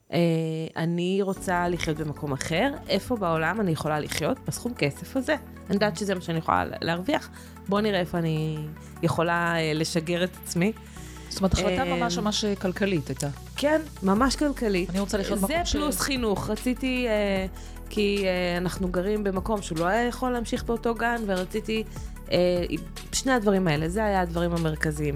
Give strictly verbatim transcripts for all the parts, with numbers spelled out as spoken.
אני רוצה לחיות במקום אחר, איפה בעולם אני יכולה לחיות? בסכום כסף הזה. אני יודעת שזה מה שאני יכולה להרוויח. בוא נראה איפה אני יכולה לשגר את עצמי. זאת אומרת, החלטה ממש ממש כלכלית הייתה. כן, ממש כלכלית. אני רוצה לחיות במקום זה פלוס חינוך. רציתי, כי אנחנו גרים במקום שהוא לא היה יכול להמשיך באותו גן, ורציתי שני הדברים האלה. זה היה הדברים המרכזיים.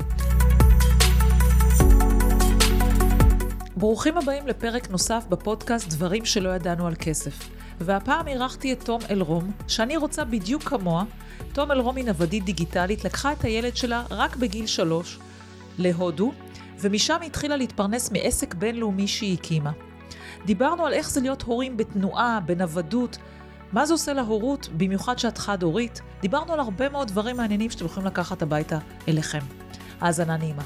ברוכים הבאים לפרק נוסף בפודקאסט דברים שלא ידענו על כסף. והפעם אירחתי את תום אלרום, שאני רוצה בדיוק כמוה. תום אלרום היא נוודית דיגיטלית, לקחה את הילד שלה רק בגיל שלוש להודו, ומשם היא התחילה להתפרנס מעסק בינלאומי שהיא הקימה. דיברנו על איך זה להיות הורים בתנועה, בנוודות, מה זה עושה להורות, במיוחד שאת חד-הורית. דיברנו על הרבה מאוד דברים מעניינים שאתם יכולים לקחת הביתה אליכם. האזנה נעימה.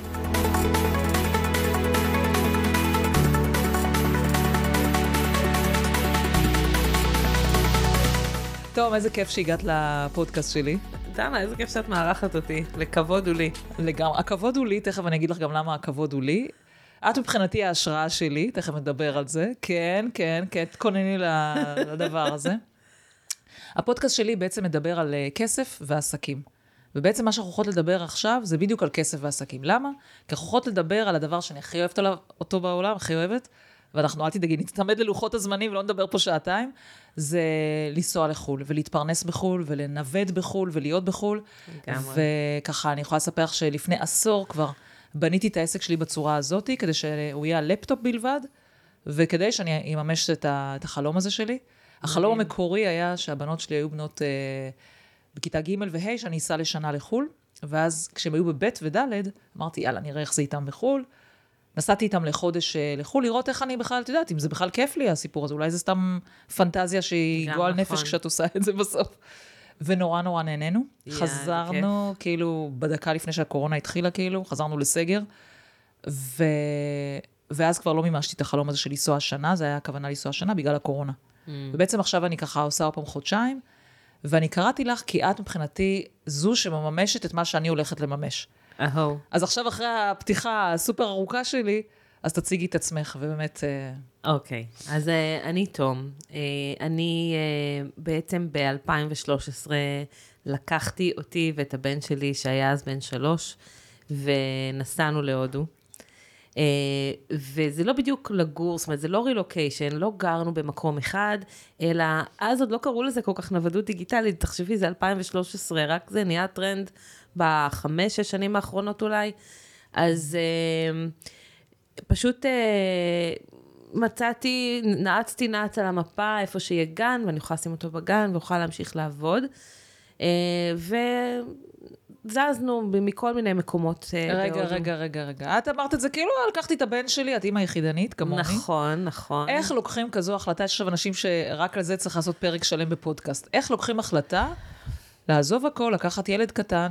טוב, איזה כיף שהגעת לפודקאסט שלי. דנה, איזה כיף שאת מערכת אותי. לכבוד הוא לי. לגמרי. הכבוד הוא לי, תכף אני אגיד לך גם למה הכבוד הוא לי. את מבחינתי ההשראה שלי, תכף נדבר על זה. כן, כן, כן, תכונני לדבר הזה. הפודקאסט שלי בעצם מדבר על כסף ועסקים. ובעצם מה שאנחנו יכולות לדבר עכשיו זה בדיוק על כסף ועסקים. למה? כי אנחנו יכולות לדבר על הדבר שאני הכי אוהבת אותו בעולם, הכי אוהבת, ואנחנו, אל תדאגי, נתעמד ללוחות הזמנים ולא נדבר פה שעתיים, זה לנסוע לחול, ולהתפרנס בחול, ולנווט בחול, ולהיות בחול. וככה, אני יכולה לספר שלפני עשור כבר בניתי את העסק שלי בצורה הזאת, כדי שהוא יהיה הלפטופ בלבד, וכדי שאני אממש את החלום הזה שלי. החלום המקורי היה שהבנות שלי היו בנות בכיתה ג' וה', שאני אסע לשנה לחול, ואז כשהם היו בבית וד', אמרתי, יאללה, נראה איך זה איתם בחול. נסעתי איתם לחודש לחול, לראות איך אני בכלל, את יודעת, אם זה בכלל כיף לי הסיפור הזה, אולי זה סתם פנטזיה שהיא גועל נפש כשאת עושה את זה בסוף. ונורא נורא נהנינו. חזרנו, כאילו, בדקה לפני שהקורונה התחילה, כאילו, חזרנו לסגר, ו... ואז כבר לא מימשתי את החלום הזה של לנסוע השנה, זה היה הכוונה לנסוע השנה בגלל הקורונה. ובעצם עכשיו אני ככה עושה עוד פעם חודשיים, ואני קראתי לך, כי את מבחינתי זו שמממשת את מה שאני הולכת לממש. אהו. אז עכשיו אחרי הפתיחה הסופר ארוכה שלי, אז תציגי את עצמך, ובאמת... אוקיי, אז אני תום. אני בעצם ב-אלפיים ושלוש עשרה לקחתי אותי ואת הבן שלי, שהיה אז בן שלוש, ונסענו להודו. וזה לא בדיוק לגור, זאת אומרת, זה לא רילוקיישן, לא גרנו במקום אחד, אלא אז עוד לא קראו לזה כל כך נוודות דיגיטלית, תחשבי, זה אלפיים ושלוש עשרה, רק זה נהיה טרנד בחמש, שש שנים האחרונות אולי, אז פשוט מצאתי, נעצתי נעץ על המפה, איפה שיהיה גן, ואני יכולה לשים אותו בגן, ואוכל להמשיך לעבוד, ו... זזנו מכל מיני מקומות. רגע, רגע, רגע, רגע. את אמרת את זה כאילו, לקחתי את הבן שלי, את אימא יחידנית, כמוני. נכון, נכון. איך לוקחים כזו החלטה? יש עכשיו אנשים שרק על זה צריך לעשות פרק שלם בפודקאסט. איך לוקחים החלטה? לעזוב הכל, לקחת ילד קטן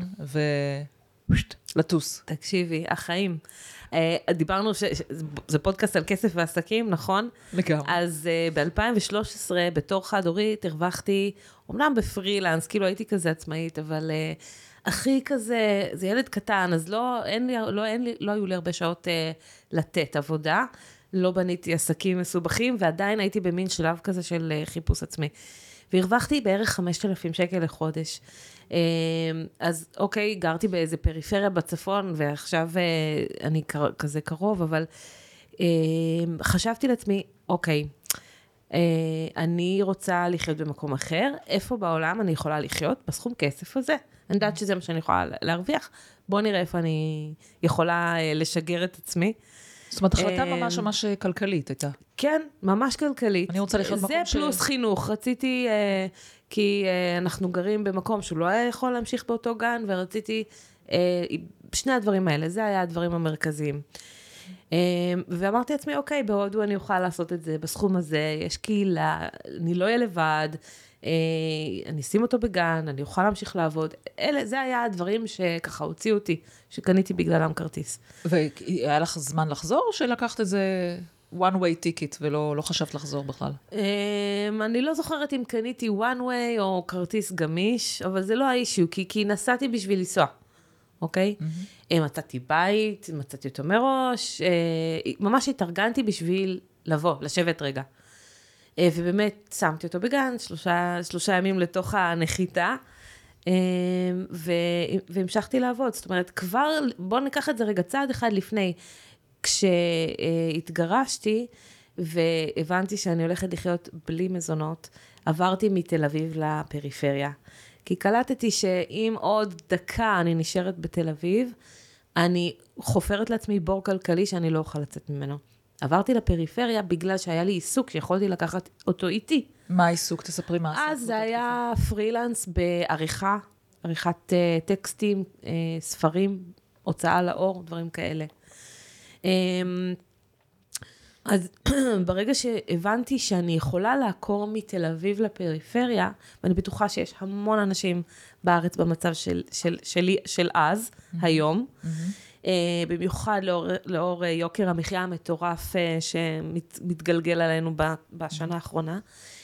ולטוס. תקשיבי, החיים. דיברנו שזה פודקאסט על כסף ועסקים, נכון? לגמרי. אז ב-אלפיים ושלוש עשרה, בתור חד-הורית, הרווחתי, אומנם בפרילנס, כאילו הייתי כזה עצמאית, אבל... אחי כזה, זה ילד קטן, אז לא, אין לי, לא, אין לי, לא היו לי הרבה שעות אה, לתת עבודה, לא בניתי עסקים מסובכים, ועדיין הייתי במין שלב כזה של אה, חיפוש עצמי. והרווחתי בערך חמשת אלפים שקל לחודש. אה, אז אוקיי, גרתי באיזה פריפריה בצפון, ועכשיו אה, אני כ- כזה קרוב, אבל אה, חשבתי לעצמי, אוקיי, אה, אני רוצה לחיות במקום אחר, איפה בעולם אני יכולה לחיות? בסכום כסף הזה. אני יודעת שזה מה שאני יכולה להרוויח. בוא נראה איפה אני יכולה לשגר את עצמי. זאת אומרת, החלטה ממש ממש כלכלית הייתה. כן, ממש כלכלית. אני רוצה לחיות במקום זה פלוס חינוך. רציתי, כי אנחנו גרים במקום שהוא לא היה יכול להמשיך באותו גן, ורציתי, שני הדברים האלה, זה היה הדברים המרכזיים. ואמרתי לעצמי, אוקיי, בהודו אני אוכל לעשות את זה בסכום הזה, יש קהילה, אני לא אהיה לבד, אני אשים אותו בגן, אני אוכל להמשיך לעבוד. אלה, זה היה הדברים שככה הוציאו אותי, שקניתי בגללם כרטיס. והיה לך זמן לחזור, או שלקחת את זה one way ticket, ולא לא חשבת לחזור בכלל? אני לא זוכרת אם קניתי one way או כרטיס גמיש, אבל זה לא האישיו, כי, כי נסעתי בשביל לנסוע. אוקיי? מצאתי בית, מצאתי אותו מראש, ממש התארגנתי בשביל לבוא, לשבת רגע. ובאמת שמתי אותו בגן, שלושה, שלושה ימים לתוך הנחיתה, והמשכתי לעבוד. זאת אומרת, כבר, בואו ניקח את זה רגע צעד אחד לפני. כשהתגרשתי, והבנתי שאני הולכת לחיות בלי מזונות, עברתי מתל אביב לפריפריה. כי קלטתי שאם עוד דקה אני נשארת בתל אביב, אני חופרת לעצמי בור כלכלי שאני לא אוכל לצאת ממנו. עברתי לפריפריה בגלל שהיה לי עיסוק שיכולתי לקחת אותו איתי. מה העיסוק? תספרי מה העיסוק. אז זה היה פרילנס בעריכה, עריכת טקסטים, ספרים, הוצאה לאור, דברים כאלה. אז ברגע שהבנתי שאני יכולה לעקור מתל אביב לפריפריה, ואני בטוחה שיש המון אנשים בארץ במצב של, של, שלי, של אז, mm-hmm. היום, mm-hmm. במיוחד לאור, לאור יוקר המחיה המטורף שמתגלגל עלינו בשנה האחרונה,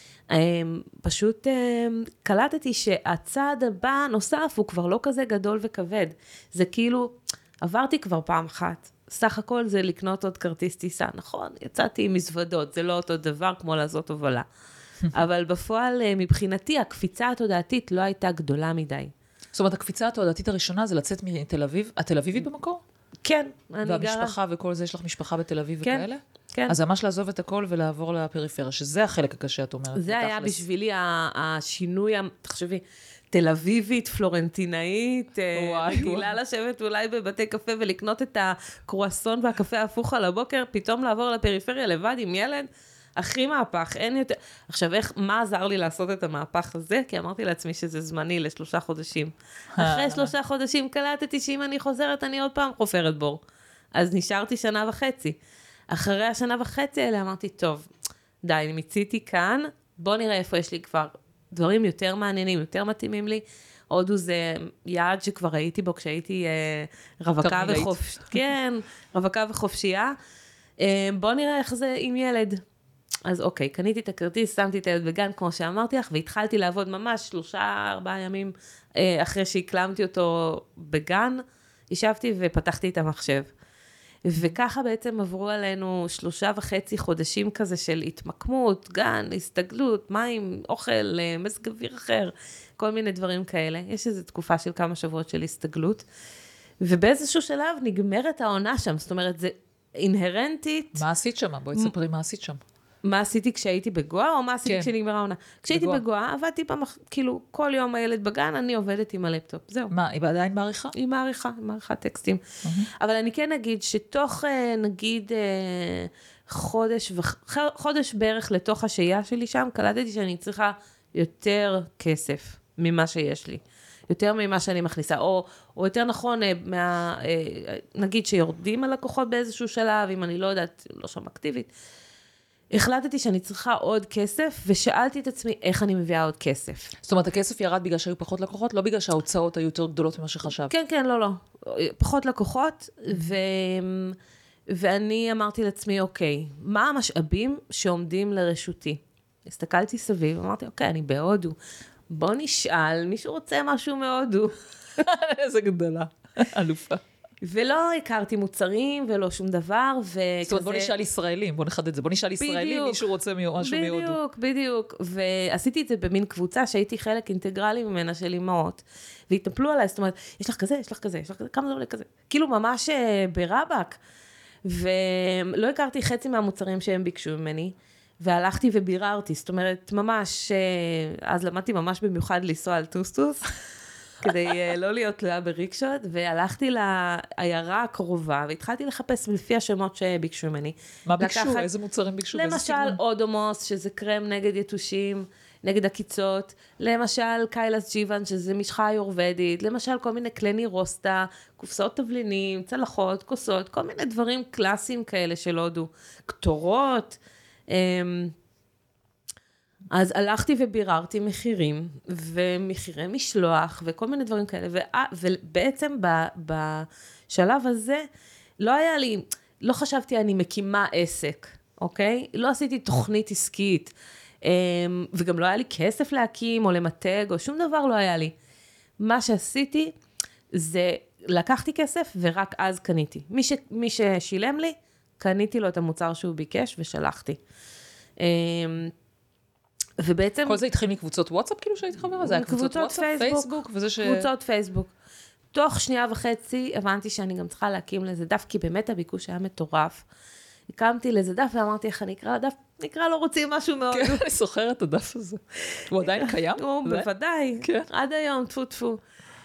פשוט קלטתי שהצעד הבא נוסף הוא כבר לא כזה גדול וכבד. זה כאילו, עברתי כבר פעם אחת. סך הכל זה לקנות עוד כרטיס טיסה. נכון, יצאתי עם מזוודות, זה לא אותו דבר כמו לעשות הובלה. אבל בפועל, מבחינתי, הקפיצה התודעתית לא הייתה גדולה מדי. זאת אומרת, הקפיצה התודעתית הראשונה זה לצאת מתל אביב. את תל אביבית במקור? כן, אני גרה. והמשפחה וכל זה, יש לך משפחה בתל אביב כן, וכאלה? כן. אז ממש לעזוב את הכל ולעבור לפריפריה, שזה החלק הקשה, את אומרת. זה היה בשבילי השינוי, תחשבי, תל אביבית, פלורנטינאית, רגילה לשבת אולי בבתי קפה ולקנות את הקרואסון והקפה ההפוך על הבוקר, פתאום לעבור לפריפריה לבד עם ילד, הכי מהפך, אין יותר. עכשיו, איך, מה עזר לי לעשות את המהפך הזה? כי אמרתי לעצמי שזה זמני לשלושה חודשים. אחרי שלושה חודשים קלטתי שאם אני חוזרת, אני עוד פעם חופרת בור. אז נשארתי שנה וחצי. אחרי השנה וחצי האלה אמרתי, טוב, די, אני מיציתי כאן, בוא נראה איפה יש לי כבר דברים יותר מעניינים, יותר מתאימים לי. הודו זה יעד שכבר הייתי בו כשהייתי אה, רווקה וחופש... כן, רווקה וחופשייה. אה, בוא נראה איך זה עם ילד. אז אוקיי, קניתי את הכרטיס, שמתי את הילד בגן, כמו שאמרתי לך, והתחלתי לעבוד ממש שלושה, ארבעה ימים אה, אחרי שהקלמתי אותו בגן, ישבתי ופתחתי את המחשב. וככה בעצם עברו עלינו שלושה וחצי חודשים כזה של התמקמות, גן, הסתגלות, מים, אוכל, מזג אוויר אחר, כל מיני דברים כאלה. יש איזו תקופה של כמה שבועות של הסתגלות, ובאיזשהו שלב נגמרת העונה שם, זאת אומרת, זה אינהרנטית. מה עשית שם? בואי תספרי מה עשית שם. מה עשיתי כשהייתי בגואה, או מה עשיתי כשנגמרה העונה? כשהייתי בגואה, עבדתי במח... כאילו, כל יום הילד בגן, אני עובדת עם הלפטופ, זהו. מה, היא עדיין מעריכה? היא מעריכה, היא מעריכה טקסטים. אבל אני כן אגיד שתוך, נגיד, חודש, חודש בערך לתוך השהייה שלי שם, קלטתי שאני צריכה יותר כסף ממה שיש לי. יותר ממה שאני מכניסה, או, או יותר נכון, מה, נגיד שיורדים הלקוחות באיזשהו שלב, אם אני לא יודעת, לא שם אקטיבית, החלטתי שאני צריכה עוד כסף, ושאלתי את עצמי איך אני מביאה עוד כסף. זאת אומרת, הכסף ירד בגלל שהיו פחות לקוחות, לא בגלל שההוצאות היו יותר גדולות ממה שחשבת. כן, כן, לא, לא. פחות לקוחות, ו... ואני אמרתי לעצמי, אוקיי, מה המשאבים שעומדים לרשותי? הסתכלתי סביב, אמרתי, אוקיי, אני בהודו. בוא נשאל, מישהו רוצה משהו מהודו. איזה גדולה, אלופה. ולא הכרתי מוצרים ולא שום דבר, וכזה... זאת אומרת, בוא נשאל ישראלים, בוא נחדד את זה, בוא נשאל ישראלים, מישהו רוצה משהו מהודו. בדיוק, בדיוק. ועשיתי את זה במין קבוצה שהייתי חלק אינטגרלי ממנה של אמהות, והתנפלו עליי, זאת אומרת, יש לך כזה, יש לך כזה, יש לך כזה, כמה זה עולה כזה? כאילו ממש ברבק. ולא הכרתי חצי מהמוצרים שהם ביקשו ממני, והלכתי וביררתי, זאת אומרת, ממש, אז למדתי ממש במיוחד לנסוע על טוסטוס, כדי לא להיות תלויה בריקשות, והלכתי לעיירה הקרובה, והתחלתי לחפש לפי השמות שביקשו ממני. מה ביקשו? איזה מוצרים ביקשו? למשל, אודומוס, שזה קרם נגד יתושים, נגד הקיצות, למשל, קיילס ג'יוון, שזה משחה איורבדית, למשל, כל מיני קלני רוסטה, קופסאות תבלינים, צלחות, כוסות, כל מיני דברים קלאסיים כאלה של הודו, קטורות, אז הלכתי וביררתי מחירים, ומחירי משלוח, וכל מיני דברים כאלה, ובעצם בשלב הזה, לא היה לי, לא חשבתי אני מקימה עסק, אוקיי? לא עשיתי תוכנית עסקית, וגם לא היה לי כסף להקים, או למתג, או שום דבר לא היה לי. מה שעשיתי, זה לקחתי כסף, ורק אז קניתי. מי ש, מי ששילם לי, קניתי לו את המוצר שהוא ביקש ושלחתי. ובעצם... כל זה התחיל מקבוצות וואטסאפ, כאילו שהיית חברה? זה היה קבוצות וואטסאפ, פייסבוק, וזה ש... קבוצות פייסבוק. תוך שנייה וחצי הבנתי שאני גם צריכה להקים לזה דף, כי באמת הביקוש היה מטורף. הקמתי לזה דף ואמרתי איך אני אקרא לדף, נקרא לא רוצים משהו מאוד. כן, אני זוכרת את הדף הזה. הוא עדיין קיים? הוא בוודאי, עד היום, טפו טפו.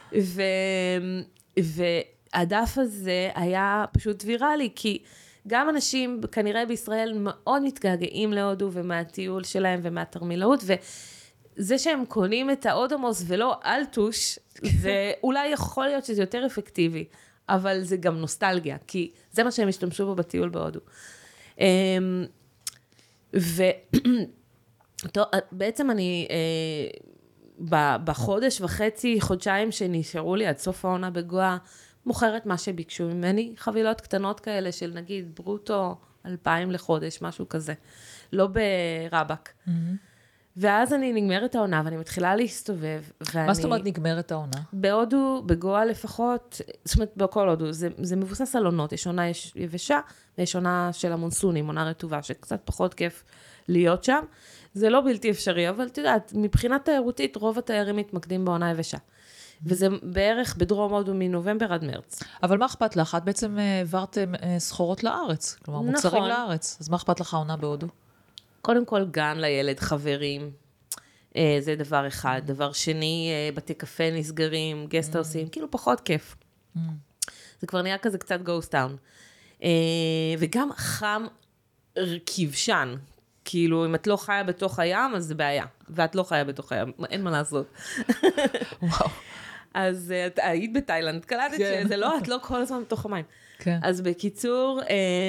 והדף הזה היה פשוט ויראלי, כי גם אנשים כנראה בישראל מאוד מתגעגעים להודו ומהטיול שלהם ומהתרמילאות, וזה שהם קונים את האודומוס ולא אלטוש, זה אולי יכול להיות שזה יותר אפקטיבי, אבל זה גם נוסטלגיה, כי זה מה שהם השתמשו בו בטיול בהודו. ובעצם אני, בחודש וחצי, חודשיים שנשארו לי עד סוף העונה בגואה, מוכרת מה שביקשו ממני, חבילות קטנות כאלה של נגיד ברוטו אלפיים לחודש, משהו כזה, לא ברבק. Mm-hmm. ואז אני נגמרת העונה, ואני מתחילה להסתובב, ואני... מה זאת אומרת נגמרת העונה? בהודו, בגואה לפחות, זאת אומרת, בכל הודו, זה, זה מבוסס על עונות, יש עונה יבשה, ויש עונה של המונסונים, עונה רטובה, שקצת פחות כיף להיות שם. זה לא בלתי אפשרי, אבל את יודעת, מבחינת תיירותית, רוב התיירים מתמקדים בעונה יבשה. וזה בערך בדרום הודו מנובמבר עד מרץ. אבל מה אכפת לך? את בעצם העברת סחורות לארץ, כלומר מוצרים נכון. לארץ. אז מה אכפת לך העונה בהודו? קודם כל גן לילד, חברים, זה דבר אחד. דבר שני, בתי קפה נסגרים, גסטהאוסים, כאילו פחות כיף. זה כבר נהיה כזה קצת גוסט טאון. וגם חם כבשן. כאילו, אם את לא חיה בתוך הים, אז זה בעיה. ואת לא חיה בתוך הים, אין מה לעשות. וואו. אז את היית בתאילנד, קלטת שזה לא, את לא כל הזמן בתוך המים. כן. אז בקיצור,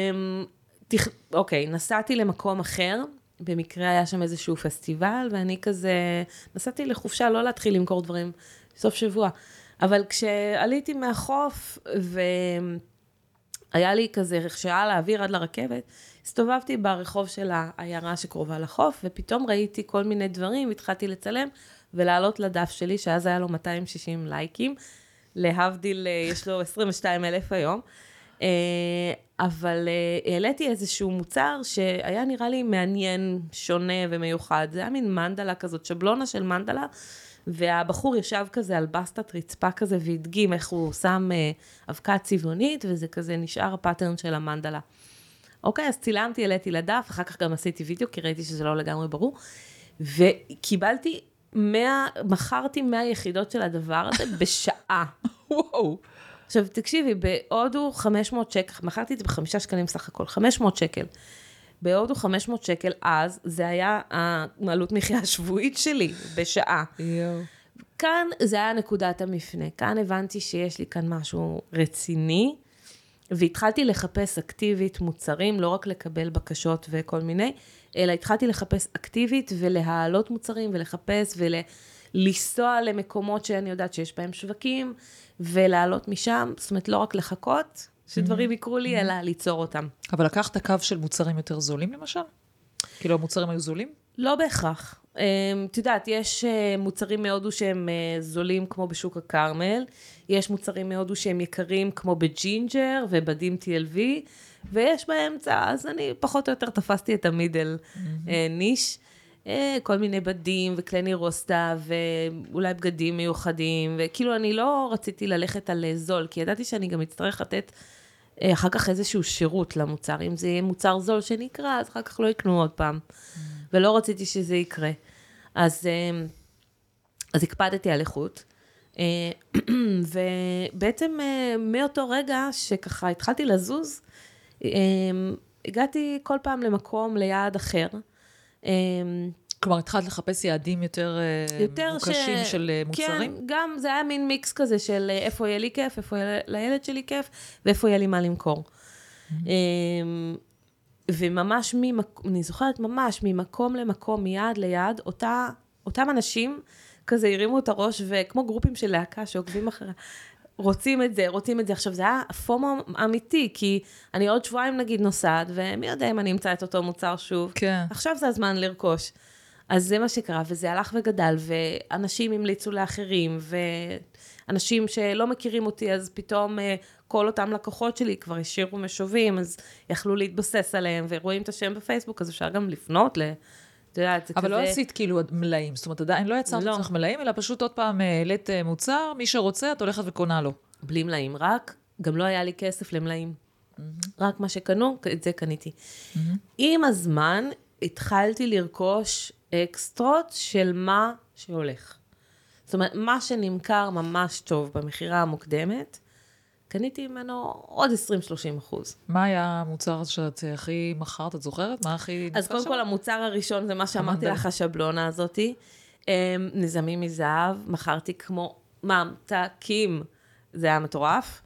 אוקיי, נסעתי למקום אחר, במקרה היה שם איזשהו פסטיבל, ואני כזה, נסעתי לחופשה, לא להתחיל למכור דברים, סוף שבוע. אבל כשעליתי מהחוף, והיה לי כזה שעה להעביר עד לרכבת, הסתובבתי ברחוב של העיירה שקרובה לחוף, ופתאום ראיתי כל מיני דברים, התחלתי לצלם, ולעלות לדף שלי, שאז היה לו מאתיים ושישים לייקים, להבדיל, יש לו עשרים ושתיים אלף היום, אבל העליתי איזשהו מוצר שהיה נראה לי מעניין, שונה ומיוחד, זה היה מין מנדלה כזאת, שבלונה של מנדלה, והבחור ישב כזה על בסטת רצפה כזה, והדגים איך הוא שם אבקה צבעונית, וזה כזה נשאר הפאטרן של המנדלה. אוקיי, אז צילמתי, העליתי לדף, אחר כך גם עשיתי וידאו, כי ראיתי שזה לא לגמרי ברור, וקיבלתי מאה, מכרתי מאה יחידות של הדבר הזה בשעה. וואו. עכשיו, תקשיבי, בהודו חמש מאות שקל, מכרתי את זה בחמישה שקלים סך הכל, חמש מאות שקל. בהודו חמש מאות שקל אז, זה היה העלות מחיה השבועית שלי, בשעה. יואו. כאן זה היה נקודת המפנה. כאן הבנתי שיש לי כאן משהו רציני, והתחלתי לחפש אקטיבית מוצרים, לא רק לקבל בקשות וכל מיני, אלא התחלתי לחפש אקטיבית ולהעלות מוצרים ולחפש ולנסוע למקומות שאני יודעת שיש בהם שווקים, ולהעלות משם, זאת אומרת לא רק לחכות שדברים יקרו לי, אלא ליצור אותם. אבל לקחת קו של מוצרים יותר זולים למשל? כאילו המוצרים היו זולים? לא בהכרח. את יודעת, יש מוצרים מהודו שהם זולים כמו בשוק הקרמל, יש מוצרים מהודו שהם יקרים כמו בג'ינג'ר ובדים טי אל וי, ויש באמצע, אז אני פחות או יותר תפסתי את המידל ניש, כל מיני בדים וקלני רוסטה ואולי בגדים מיוחדים, וכאילו אני לא רציתי ללכת על זול, כי ידעתי שאני גם אצטרך לתת אחר כך איזשהו שירות למוצר, אם זה יהיה מוצר זול שנקרא, אז אחר כך לא יקנו עוד פעם, ולא רציתי שזה יקרה. אז, אז הקפדתי על איכות, ובעצם מאותו רגע שככה התחלתי לזוז, הגעתי כל פעם למקום, ליעד אחר. כלומר, התחלת לחפש יעדים יותר, יותר מוקשים ש... של מוצרים? כן, גם זה היה מין מיקס כזה של איפה יהיה לי כיף, איפה יהיה לילד שלי כיף, ואיפה יהיה לי מה למכור. Mm-hmm. וממש, ממק... אני זוכרת ממש, ממקום למקום, מיד ליד, אותה, אותם אנשים כזה הרימו את הראש, וכמו גרופים של להקה שעוקבים אחריה, רוצים את זה, רוצים את זה. עכשיו, זה היה פומו אמיתי, כי אני עוד שבועיים נגיד נוסעת, ומי יודע אם אני אמצא את אותו מוצר שוב. כן. עכשיו זה הזמן לרכוש. אז זה מה שקרה, וזה הלך וגדל, ואנשים המליצו לאחרים, ואנשים שלא מכירים אותי, אז פתאום כל אותם לקוחות שלי כבר השאירו משובים, אז יכלו להתבסס עליהם, ורואים את השם בפייסבוק, אז אפשר גם לפנות ל... את יודעת, זה כזה... אבל לא עשית כאילו מלאים, זאת אומרת, עדיין לא יצרת לא. צריך מלאים, אלא פשוט עוד פעם העלית מוצר, מי שרוצה, את הולכת וקונה לו. בלי מלאים, רק, גם לא היה לי כסף למלאים. רק מה שקנו, את זה קניתי. עם הזמן, התחלתי לרכוש אקסטרות של מה שהולך. זאת אומרת, מה שנמכר ממש טוב במחירה המוקדמת, קניתי ממנו עוד עשרים שלושים אחוז. מה היה המוצר שאת הכי מכרת, את זוכרת? מה הכי... אז קודם כל, המוצר הראשון זה מה שאמרתי לך, השבלונה הזאת. נזמים מזהב, מכרתי כמו ממתקים, זה היה מטורף.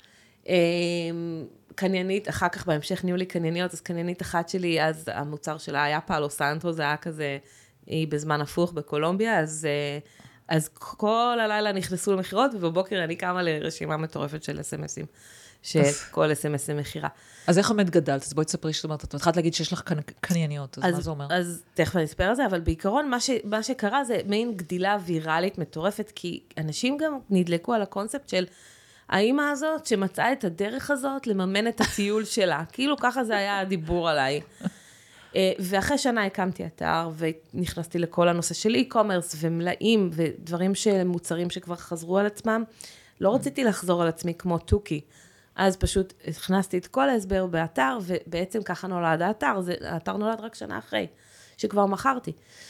קניינית, אחר כך בהמשך נהיו לי קנייניות, אז קניינית אחת שלי, אז המוצר שלה היה פאלו סנטו, זה היה כזה, היא בזמן הפוך בקולומביה, אז, אז כל הלילה נכנסו למחירות, ובבוקר אני קמה לרשימה מטורפת של אס אם אסים, שכל אס אם אס זה מחירה. אז איך באמת גדלת? אז בואי תספרי שאת אומרת, את התחלת להגיד שיש לך קנייניות, אז, אז מה זה אומר? אז תכף אני אספר על זה, אבל בעיקרון מה, ש, מה שקרה זה מעין גדילה ויראלית מטורפת, כי אנשים גם נדלקו על הקונספט של, האמא הזאת שמצאה את הדרך הזאת לממן את הטיול שלה. כאילו ככה זה היה הדיבור עליי. ואחרי שנה הקמתי אתר, ונכנסתי לכל הנושא של אי-קומרס ומלאים, ודברים של מוצרים שכבר חזרו על עצמם. לא רציתי לחזור על עצמי כמו טוקי. אז פשוט הכנסתי את כל ההסבר באתר, ובעצם ככה נולד האתר. האתר נולד רק שנה אחרי, שכבר מכרתי.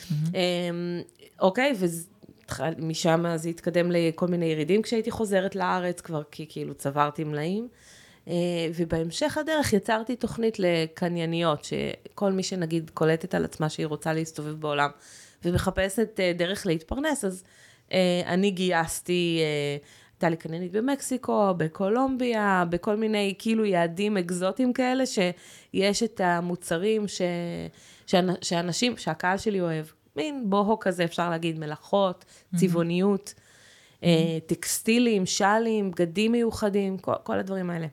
אוקיי, וזה... משם זה התקדם לכל מיני ירידים כשהייתי חוזרת לארץ, כבר כי כאילו צברתי מלאים, ובהמשך הדרך יצרתי תוכנית לקנייניות, שכל מי שנגיד קולטת על עצמה שהיא רוצה להסתובב בעולם, ומחפשת דרך להתפרנס, אז אני גייסתי, הייתה לי קניינית במקסיקו, בקולומביה, בכל מיני כאילו יעדים אקזוטיים כאלה, שיש את המוצרים ש... שאנשים, שהקהל שלי אוהב. מין בוהו כזה, אפשר להגיד, מלאכות, צבעוניות, טקסטילים, שלים, בגדים מיוחדים, כל, כל הדברים האלה.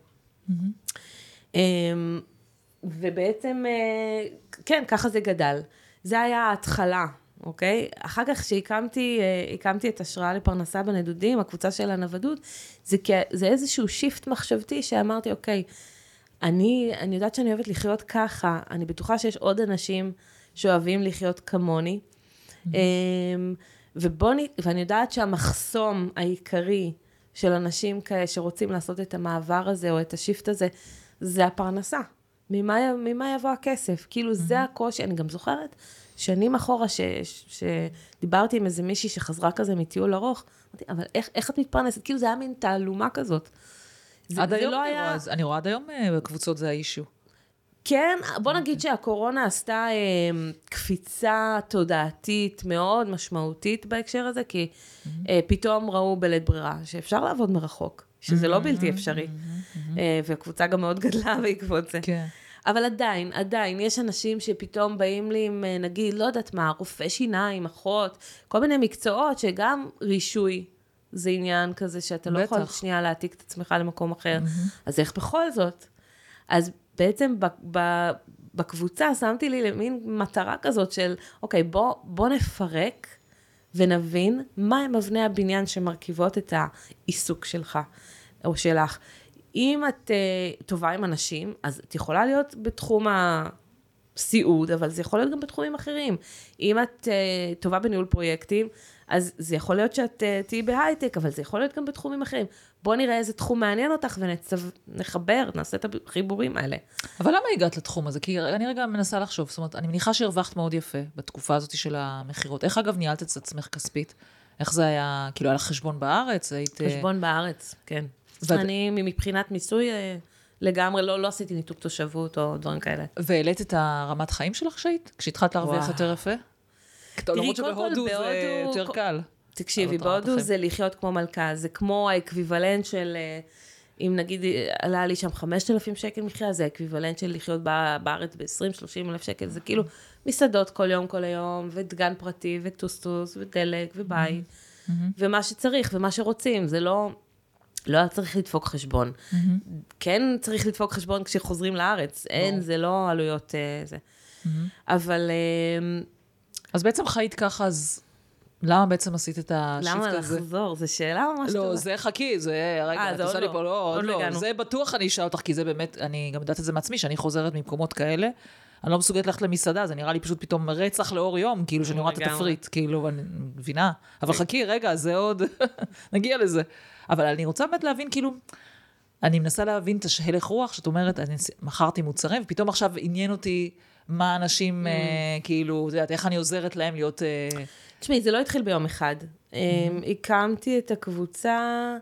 ובעצם, כן, ככה זה גדל. זה היה ההתחלה, אוקיי? אחר כך שהקמתי, הקמתי את השראה לפרנסה בנדודים, הקבוצה של הנוודות, זה, זה איזשהו שיפט מחשבתי שאמרתי, אוקיי, אני, אני יודעת שאני אוהבת לחיות ככה, אני בטוחה שיש עוד אנשים שאוהבים לחיות כמוני, ובוני, ואני יודעת שהמחסום העיקרי של אנשים כאלה שרוצים לעשות את המעבר הזה או את השיפט הזה, זה הפרנסה. ממה, ממה יבוא הכסף? כאילו זה הקושי, אני גם זוכרת שנים אחורה ש, שדיברתי עם איזה מישהי שחזרה כזה מטיול ארוך, אמרתי, אבל איך, איך את מתפרנסת? כאילו זה היה מין תעלומה כזאת. זה, עד זה היום לא אני, היה... רואה, אני רואה עד היום בקבוצות זה האישו. כן, בוא נגיד שהקורונה עשתה אה, קפיצה תודעתית מאוד משמעותית בהקשר הזה, כי אה, פתאום ראו בלית ברירה שאפשר לעבוד מרחוק, שזה לא בלתי אפשרי, אה, והקבוצה גם מאוד גדלה בעקבות זה. כן. אבל עדיין, עדיין, יש אנשים שפתאום באים לי עם, נגיד, לא יודעת מה, רופא שיניים, אחות, כל מיני מקצועות שגם רישוי, זה עניין כזה שאתה לא יכול שנייה להעתיק את עצמך למקום אחר. אז איך בכל זאת? אז בעצם בקבוצה שמתי לי למין מטרה כזאת של, אוקיי, בוא, בוא נפרק ונבין מה הם אבני הבניין שמרכיבות את העיסוק שלך או שלך. אם את uh, טובה עם אנשים, אז את יכולה להיות בתחום הסיעוד, אבל זה יכול להיות גם בתחומים אחרים. אם את uh, טובה בניהול פרויקטים, אז זה יכול להיות שאת uh, תהיי בהייטק, אבל זה יכול להיות גם בתחומים אחרים. בוא נראה איזה תחום מעניין אותך ונחבר, נעשה את החיבורים האלה. אבל למה הגעת לתחום הזה? כי אני רגע מנסה לחשוב, זאת אומרת, אני מניחה שהרווחת מאוד יפה בתקופה הזאת של המחירות. איך אגב ניהלת את עצמך כספית? איך זה היה, כאילו, היה לך חשבון בארץ? היית... חשבון בארץ, כן. אני מבחינת מיסוי לגמרי, לא, לא עשיתי ניתוק תושבות או דברים כאלה. והעלית את הרמת חיים שלך שהיית? כשהתחלת להרוויח יותר יפה? למרות שבהודו זה יותר קל. תקשיבי, בהודו זה לחיות כמו מלכה, זה כמו האקוויוולנט של, אם נגיד עלה לי שם חמשת אלפים שקל מחיה, זה האקוויוולנט של לחיות בארץ ב-עשרים שלושים אלף שקל, זה כאילו מסעדות כל יום כל היום, ודגן פרטי, וטוסטוס, ודלק, ובית, ומה שצריך, ומה שרוצים, זה לא... לא צריך לדפוק חשבון. Mm-hmm. כן צריך לדפוק חשבון כשחוזרים לארץ. No. אין, זה לא עלויות uh, זה. Mm-hmm. אבל... Uh, אז בעצם חיית ככה, אז למה בעצם עשית את השיפט למה הזה? לחזור? זו שאלה ממש טובה. לא, זה חכי, זה, רגע, את עושה לי פה, לא, עוד לא, זה בטוח אני אשאל אותך, כי זה באמת, אני גם יודעת את זה מעצמי, שאני חוזרת ממקומות כאלה, אני לא מסוגלת ללכת למסעדה, זה נראה לי פשוט פתאום רצח לאור יום, כאילו שאני רואה את התפריט, כאילו, אני מבינה, אבל חכי, רגע, זה עוד, נגיע לזה. אבל אני רוצה באמת להבין, כאילו, אני מנסה להבין את ההלך רוח, שאת אומרת, אני מכרתי מוצרים, ופתאום עכשיו עניין אותי מה אנשים, כאילו, את יודעת, איך אני עוזרת להם להיות... תשמעי, זה לא התחיל ביום אחד. הקמתי את הקבוצה,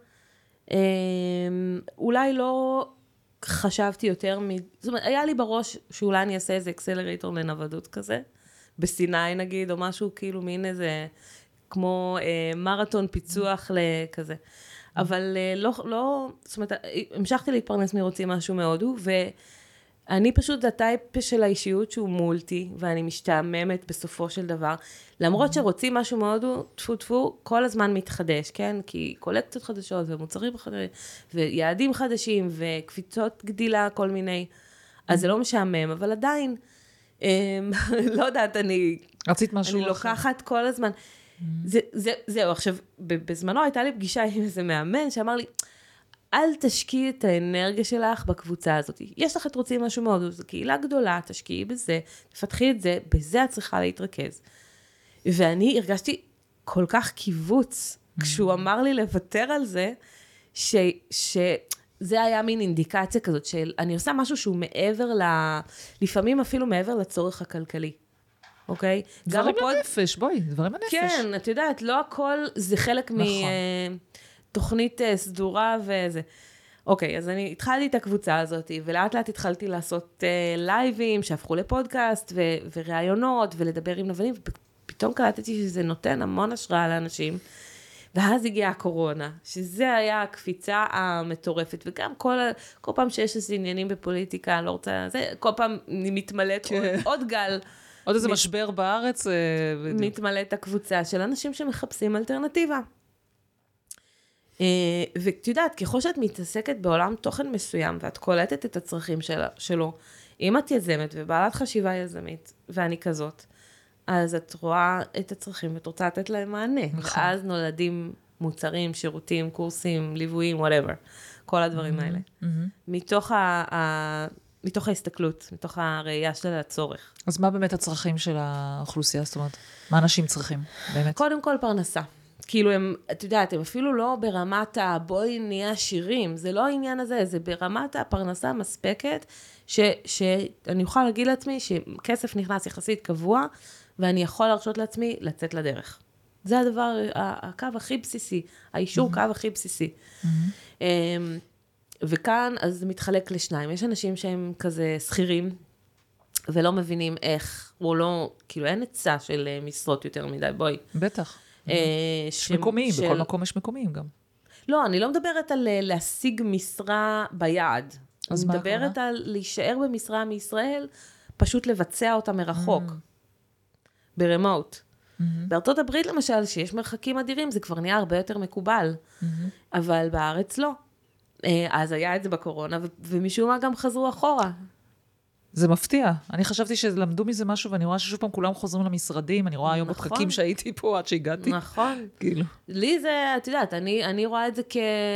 אולי לא חשבתי יותר מ... זאת אומרת, היה לי בראש שאולי אני אעשה איזה אקסלרייטור לנוודות כזה, בסיני נגיד, או משהו כאילו מין איזה, כמו מרתון פיצוח לכזה. אבל לא, לא, זאת אומרת, המשכתי להתפרנס מרוצים משהו מהודו, ואני פשוט הטייפ של האישיות שהוא מולטי, ואני משתעממת בסופו של דבר, למרות שרוצים משהו מהודו, טפו טפו, כל הזמן מתחדש, כן? כי קולקציות חדשות ומוצרים חדשים, ויעדים חדשים, וקפיצות גדילה, כל מיני, אז זה לא משעמם, אבל עדיין, לא יודעת, אני... רצית משהו אני לוקחת כל הזמן... זה, זה, זהו, עכשיו, בזמנו הייתה לי פגישה עם איזה מאמן שאמר לי, אל תשקיעי את האנרגיה שלך בקבוצה הזאת. יש לך את רוצים משהו מאוד, זו קהילה גדולה, תשקיעי בזה, תפתחי את זה, בזה את צריכה להתרכז. ואני הרגשתי כל כך קיבוץ, כשהוא אמר לי לוותר על זה, ש, שזה היה מין אינדיקציה כזאת, של אני עושה משהו שהוא מעבר ל... לפעמים אפילו מעבר לצורך הכלכלי. אוקיי? דברים הנפש, בואי, דברים הנפש. כן, את יודעת, לא הכל זה חלק מתוכנית סדורה וזה. אוקיי, אז אני התחלתי את הקבוצה הזאת, ולאט לאט התחלתי לעשות לייבים שהפכו לפודקאסט וראיונות, ולדבר עם נבנים, ופתאום קלטתי שזה נותן המון השראה לאנשים, ואז הגיעה הקורונה, שזה היה הקפיצה המטורפת, וגם כל, כל פעם שיש איזה עניינים בפוליטיקה, אני לא רוצה, זה, כל פעם מתמלאת עוד, עוד גל, עוד איזה משבר בארץ. מתמלאת הקבוצה של אנשים שמחפשים אלטרנטיבה. ואת יודעת, ככל שאת מתעסקת בעולם תוכן מסוים, ואת קולטת את הצרכים שלו, אם את יזמת ובעלת חשיבה יזמית, ואני כזאת, אז את רואה את הצרכים ואת רוצה לתת להם מענה. ואז נולדים מוצרים, שירותים, קורסים, ליוויים, whatever. כל הדברים האלה. מתוך ה... מתוך ההסתכלות, מתוך הראייה של הצורך. אז מה באמת הצרכים של האוכלוסייה? זאת אומרת, מה אנשים צריכים, באמת? קודם כל פרנסה. כאילו הם, את יודעת, הם אפילו לא ברמת הבואי נהיה עשירים, זה לא העניין הזה, זה ברמת הפרנסה המספקת, ש, שאני אוכל להגיד לעצמי שכסף נכנס יחסית קבוע, ואני יכול להרשות לעצמי לצאת לדרך. זה הדבר, הקו הכי בסיסי, האישור קו הכי בסיסי. וכאן, אז זה מתחלק לשניים. יש אנשים שהם כזה שכירים, ולא מבינים איך, או לא, כאילו אין היצע של משרות יותר מדי, בואי. בטח. יש מקומיים, בכל מקום יש מקומיים גם. לא, אני לא מדברת על להשיג משרה ביעד. אני מדברת על להישאר במשרה מישראל, פשוט לבצע אותה מרחוק. ברמוט. בארצות הברית למשל, שיש מרחקים אדירים, זה כבר נהיה הרבה יותר מקובל. אבל בארץ לא. אז היה את זה בקורונה, ומשום מה גם חזרו אחורה. זה מפתיע. אני חשבתי שלמדו מזה משהו, ואני רואה ששוב פעם כולם חוזרים למשרדים, אני רואה היום בפקקים שהייתי פה עד שהגעתי. נכון. כאילו. לי זה, את יודעת, אני, אני רואה את זה כ...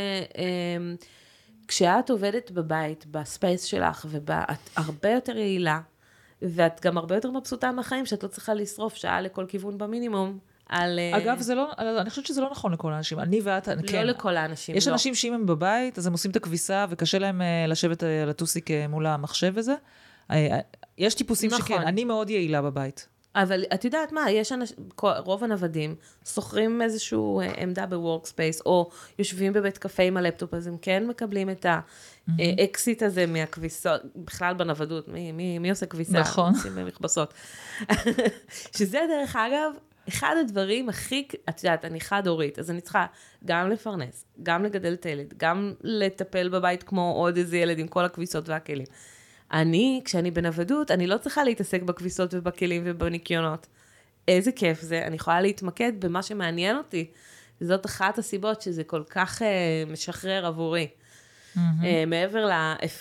כשאת עובדת בבית, בספייס שלך, ואת הרבה יותר יעילה, ואת גם הרבה יותר מבסוטה מהחיים, שאת לא צריכה לשרוף שעה לכל כיוון במינימום, על... אגב, זה לא, אני חושבת שזה לא נכון לכל האנשים. אני ואת, לא כן. לכל האנשים, יש לא. אנשים שאם הם בבית, אז הם עושים את הכביסה, וקשה להם לשבת על הטוסיק מול המחשב וזה. יש טיפוסים נכון. שכן, אני מאוד יעילה בבית. אבל את יודעת מה, יש אנשים, רוב הנוודים, שוכרים איזשהו עמדה בוורקספייס, או יושבים בבית קפה עם הלפטופ, אז הם כן מקבלים את האקסיט הזה מהכביסות, בכלל בנוודות, מי, מי, מי עושה כביסה? נכון. עושים במכבסות. שזה דרך אגב, אחד הדברים הכי, את יודעת, אני חד הורית, אז אני צריכה גם לפרנס, גם לגדל את הילד, גם לטפל בבית כמו עוד איזה ילד עם כל הכביסות והכלים. אני, כשאני בנוודות, אני לא צריכה להתעסק בכביסות ובכלים ובניקיונות. איזה כיף זה, אני יכולה להתמקד במה שמעניין אותי. וזאת אחת הסיבות שזה כל כך uh, משחרר עבורי. Mm-hmm. Uh, מעבר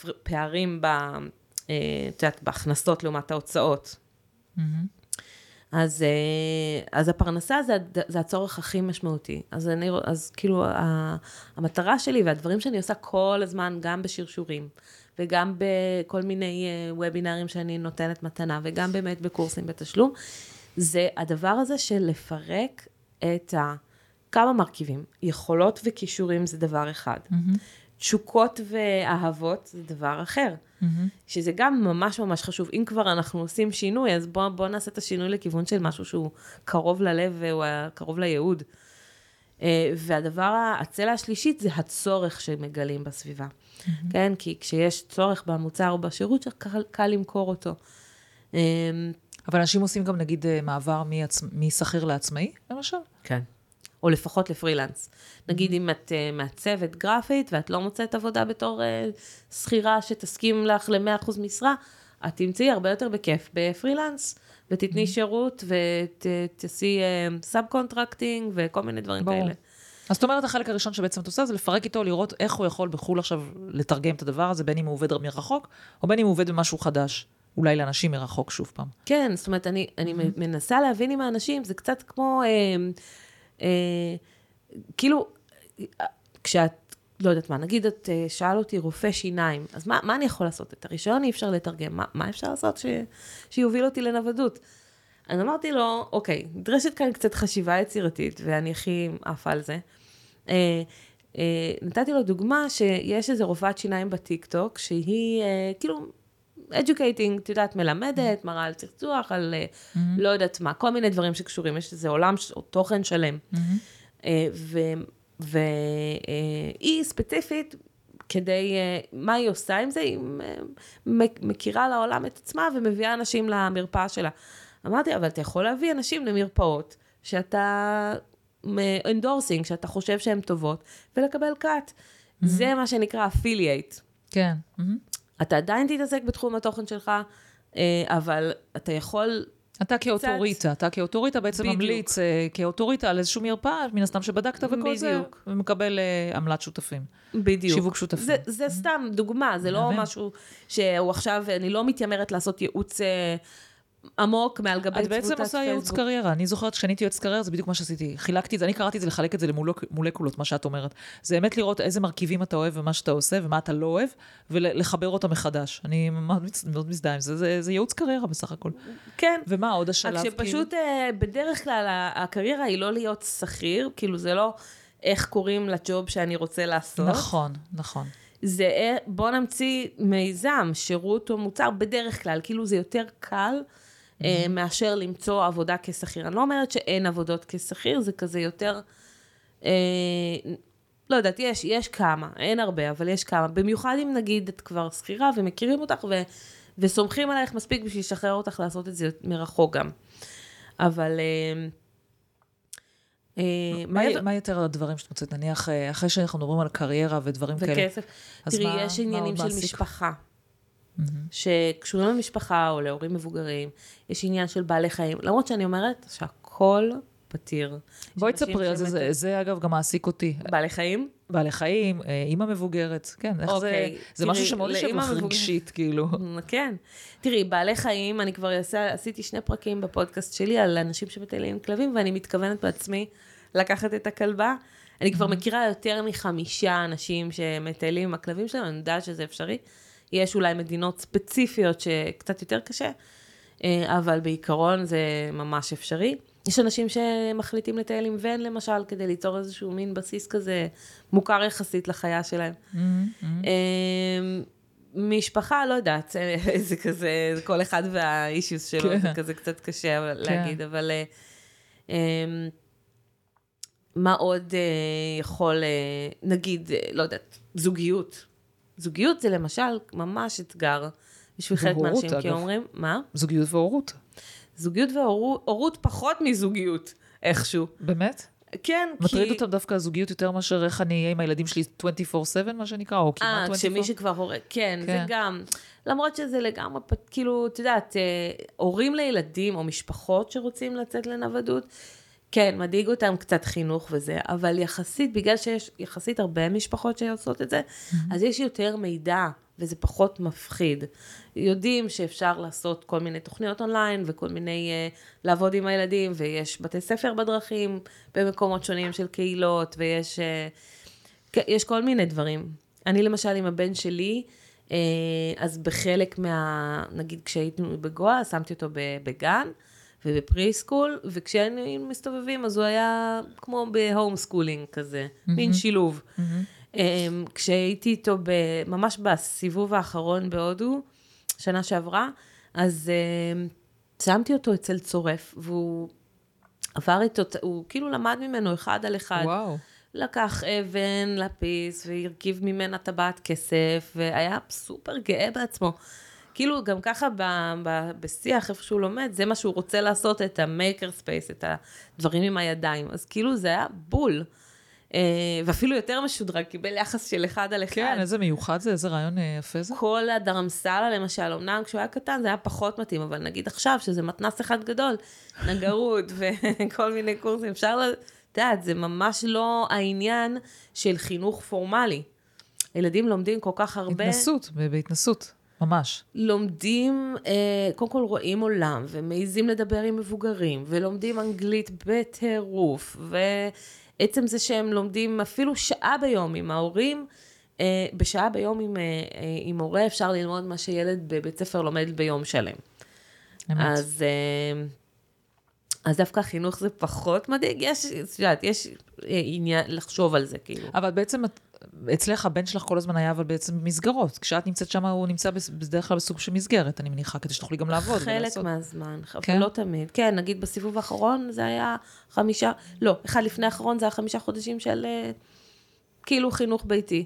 לפערים ב, uh, תיודעת, בהכנסות לעומת ההוצאות. Mm-hmm. אז, אז הפרנסה זה, זה הצורך הכי משמעותי. אז אני, אז כאילו, המטרה שלי והדברים שאני עושה כל הזמן, גם בשרשורים, וגם בכל מיני וובינרים שאני נותנת מתנה, וגם באמת בקורסים בתשלום, זה הדבר הזה של לפרק את ה... כמה מרכיבים. יכולות וכישורים זה דבר אחד. Mm-hmm. תשוקות ואהבות זה דבר אחר. Mm-hmm. שזה גם ממש ממש חשוב. אם כבר אנחנו עושים שינוי, אז בואו בוא נעשה את השינוי לכיוון של משהו שהוא קרוב ללב והוא קרוב לייעוד. והדבר, הצלע השלישית זה הצורך שמגלים בסביבה. Mm-hmm. כן? כי כשיש צורך במוצר או בשירות, קל, קל למכור אותו. אבל אנשים עושים גם נגיד מעבר משכיר לעצמאי, למשל? כן. או לפחות לפרילנס. נגיד אם את מעצבת גרפית, ואת לא מוצאת עבודה בתור שכירה שתסכים לך ל-מאה אחוז משרה, את תמצאי הרבה יותר בכיף בפרילנס, ותתני שירות, ותעשי סאב קונטרקטינג, וכל מיני דברים כאלה. אז זאת אומרת, החלק הראשון שבעצם את עושה, זה לפרק איתו, לראות איך הוא יכול בחול עכשיו לתרגם את הדבר הזה, בין אם הוא עובד מרחוק, או בין אם הוא עובד במשהו חדש. אולי לאנשים מרחוק שוב פעם. כן, זאת אומרת, אני, אני מנסה להבין עם האנשים, זה קצת כמו... אה, כאילו, כשאת, לא יודעת מה, נגיד את שאל אותי רופא שיניים, אז מה, מה אני יכול לעשות? את הרישיון אי אפשר לתרגם, מה, מה אפשר לעשות ש, שיוביל אותי לנוודות? אז אמרתי לו, אוקיי, נדרשת כאן קצת חשיבה יצירתית, ואני הכי עפה על זה. אה, אה, נתתי לו דוגמה שיש איזו רופאת שיניים בטיק-טוק, שהיא אה, כאילו, educating, את יודעת, מלמדת, מראה על צחצוח, על mm-hmm. לא יודעת מה, כל מיני דברים שקשורים, יש איזה עולם או תוכן שלם. Mm-hmm. והיא ספציפית, כדי, מה היא עושה עם זה? היא מכירה לעולם את עצמה, ומביאה אנשים למרפאה שלה. אמרתי, אבל אתה יכול להביא אנשים למרפאות, שאתה endorsing, שאתה חושב שהן טובות, ולקבל קאט. Mm-hmm. זה מה שנקרא affiliate. כן. Mm-hmm. אתה עדיין תתעסק בתחום התוכן שלך, אבל אתה יכול... אתה כאוטוריטה, אתה כאוטוריטה בעצם ממליץ, כאוטוריטה על איזשהו מרפאה, מן הסתם שבדקת וכל זה, ומקבל עמלת שותפים. בדיוק. שיווק שותפים. זה, זה סתם דוגמה, זה לא משהו שהוא עכשיו, אני לא מתיימרת לעשות ייעוץ עמוק מעל גבי את בעצם עושה ייעוץ קריירה. אני זוכרת כשאני הייתי ייעוץ קריירה, זה בדיוק מה שעשיתי. חילקתי את זה, אני קראתי את זה, לחלק את זה למולקולות, מה שאת אומרת. זה באמת לראות איזה מרכיבים אתה אוהב ומה שאתה עושה, ומה אתה לא אוהב, ולחבר אותם מחדש. אני מאוד מזדהה עם זה. זה, זה ייעוץ קריירה בסך הכל. כן. ומה עוד השלב? כשפשוט בדרך כלל הקריירה היא לא להיות שכיר, כאילו זה לא איך קוראים לג'וב שאני רוצה לעשות. נכון, נכון. זה בוא נמציא מיזם, שירות או מוצר בדרך כלל, כאילו זה יותר קל, מאשר למצוא עבודה כשכיר. אני לא אומרת שאין עבודות כשכיר, זה כזה יותר, אה, לא יודעת, יש, יש כמה, אין הרבה, אבל יש כמה. במיוחד אם נגיד את כבר שכירה ומכירים אותך ו, וסומכים עלייך מספיק בשביל לשחרר אותך לעשות את זה מרחוק גם. אבל... אה, אה, מה, מה, מה יותר הדברים שאת מוצאת? נניח, אחרי שאנחנו מדברים על קריירה ודברים וכסף. כאלה. וכסף. תראי, מה, יש עניינים של מעסיק? משפחה. שקשורים למשפחה או להורים מבוגרים, יש עניין של בעלי חיים, למרות שאני אומרת שהכל פתיר. בואי תספרי על זה, זה אגב גם מעסיק אותי. בעלי חיים? בעלי חיים, אימא מבוגרת, כן, איך זה, זה משהו שמאוד יושב לך רגשית, כאילו. כן, תראי, בעלי חיים, אני כבר עשיתי שני פרקים בפודקאסט שלי על אנשים שמטיילים עם כלבים, ואני מתכוונת בעצמי לקחת את הכלבה. אני כבר מכירה יותר מחמישה אנשים שמטיילים עם הכלבים שלהם, אני יודעת שזה אפשרי. יש אולי מדינות ספציפיות שקצת יותר קשה, אבל בעיקרון זה ממש אפשרי. יש אנשים שמחליטים לטייל עם ון, למשל, כדי ליצור איזשהו מין בסיס כזה מוכר יחסית לחיה שלהם. משפחה, לא יודעת, זה כזה, זה כל אחד והאישיוס שלו, זה כזה קצת קשה להגיד, אבל מה עוד יכול, נגיד, לא יודעת, זוגיות. זוגיות זה למשל ממש אתגר, בשביל חלק מהאנשים, כי אומרים, מה? זוגיות והורות. זוגיות והורות פחות מזוגיות, איכשהו. באמת? כן, כי... מטריד אותם דווקא הזוגיות יותר מאשר איך אני אהיה עם הילדים שלי עשרים וארבע שבע, מה שנקרא, או כמעט עשרים וארבע. אה, כשמי שכבר הורה, כן, זה גם, למרות שזה לגמרי, כאילו, את יודעת, הורים לילדים או משפחות שרוצים לצאת לנוודות, כן, מדאיג אותם קצת חינוך וזה, אבל יחסית, בגלל שיש יחסית הרבה משפחות שעושות את זה, mm-hmm. אז יש יותר מידע, וזה פחות מפחיד. יודעים שאפשר לעשות כל מיני תוכניות אונליין, וכל מיני, uh, לעבוד עם הילדים, ויש בתי ספר בדרכים, במקומות שונים של קהילות, ויש uh, יש כל מיני דברים. אני למשל עם הבן שלי, uh, אז בחלק מה, נגיד כשהיינו בגואה, שמתי אותו בגן, ובפרי סקול, וכשהיינו מסתובבים, אז הוא היה כמו בהום סקולינג כזה, mm-hmm. מין שילוב. Mm-hmm. Um, כשהייתי איתו ב- ממש בסיבוב האחרון בהודו, שנה שעברה, אז uh, שמתי אותו אצל צורף, והוא עבר איתו, הוא כאילו למד ממנו אחד על אחד. וואו. לקח אבן, לפיס, והרכיב ממנה טבעת כסף, והיה סופר גאה בעצמו. כאילו גם ככה ב, ב, בשיח, איפה שהוא לומד, זה מה שהוא רוצה לעשות, את המקר ספייס, את הדברים עם הידיים. אז כאילו זה היה בול. ואפילו יותר משודרג, קיבל יחס של אחד על אחד. כן, איזה מיוחד זה, איזה רעיון יפה זה. כל הדרמסלה, למשל, אמנם כשהוא היה קטן, זה היה פחות מתאים, אבל נגיד עכשיו, שזה מתנס אחד גדול, נגרות וכל מיני קורסים, אפשר לדעת, זה ממש לא העניין של חינוך פורמלי. ילדים לומדים כל כך הרבה... התנסות, בהתנסות. ממש. לומדים, קודם כל רואים עולם, ומעיזים לדבר עם מבוגרים, ולומדים אנגלית בטירוף, ועצם זה שהם לומדים אפילו שעה ביום עם ההורים, בשעה ביום עם, עם הורה אפשר ללמוד מה שילד בבית ספר לומד ביום שלם. אמת. אז, אז דווקא החינוך זה פחות מדאיג, יש, יש עניין לחשוב על זה, כאילו. אבל בעצם אצלך, הבן שלך כל הזמן היה, אבל בעצם במסגרות. כשאת נמצאת שם, הוא נמצא בדרך כלל בסוג של מסגרת, אני מניחה, כדי שתוכלי גם לעבוד. חלק מהזמן, אבל לא תמיד. כן, נגיד בסיבוב האחרון, זה היה חמישה, לא, אחד לפני האחרון, זה היה חמישה חודשים של כאילו חינוך ביתי.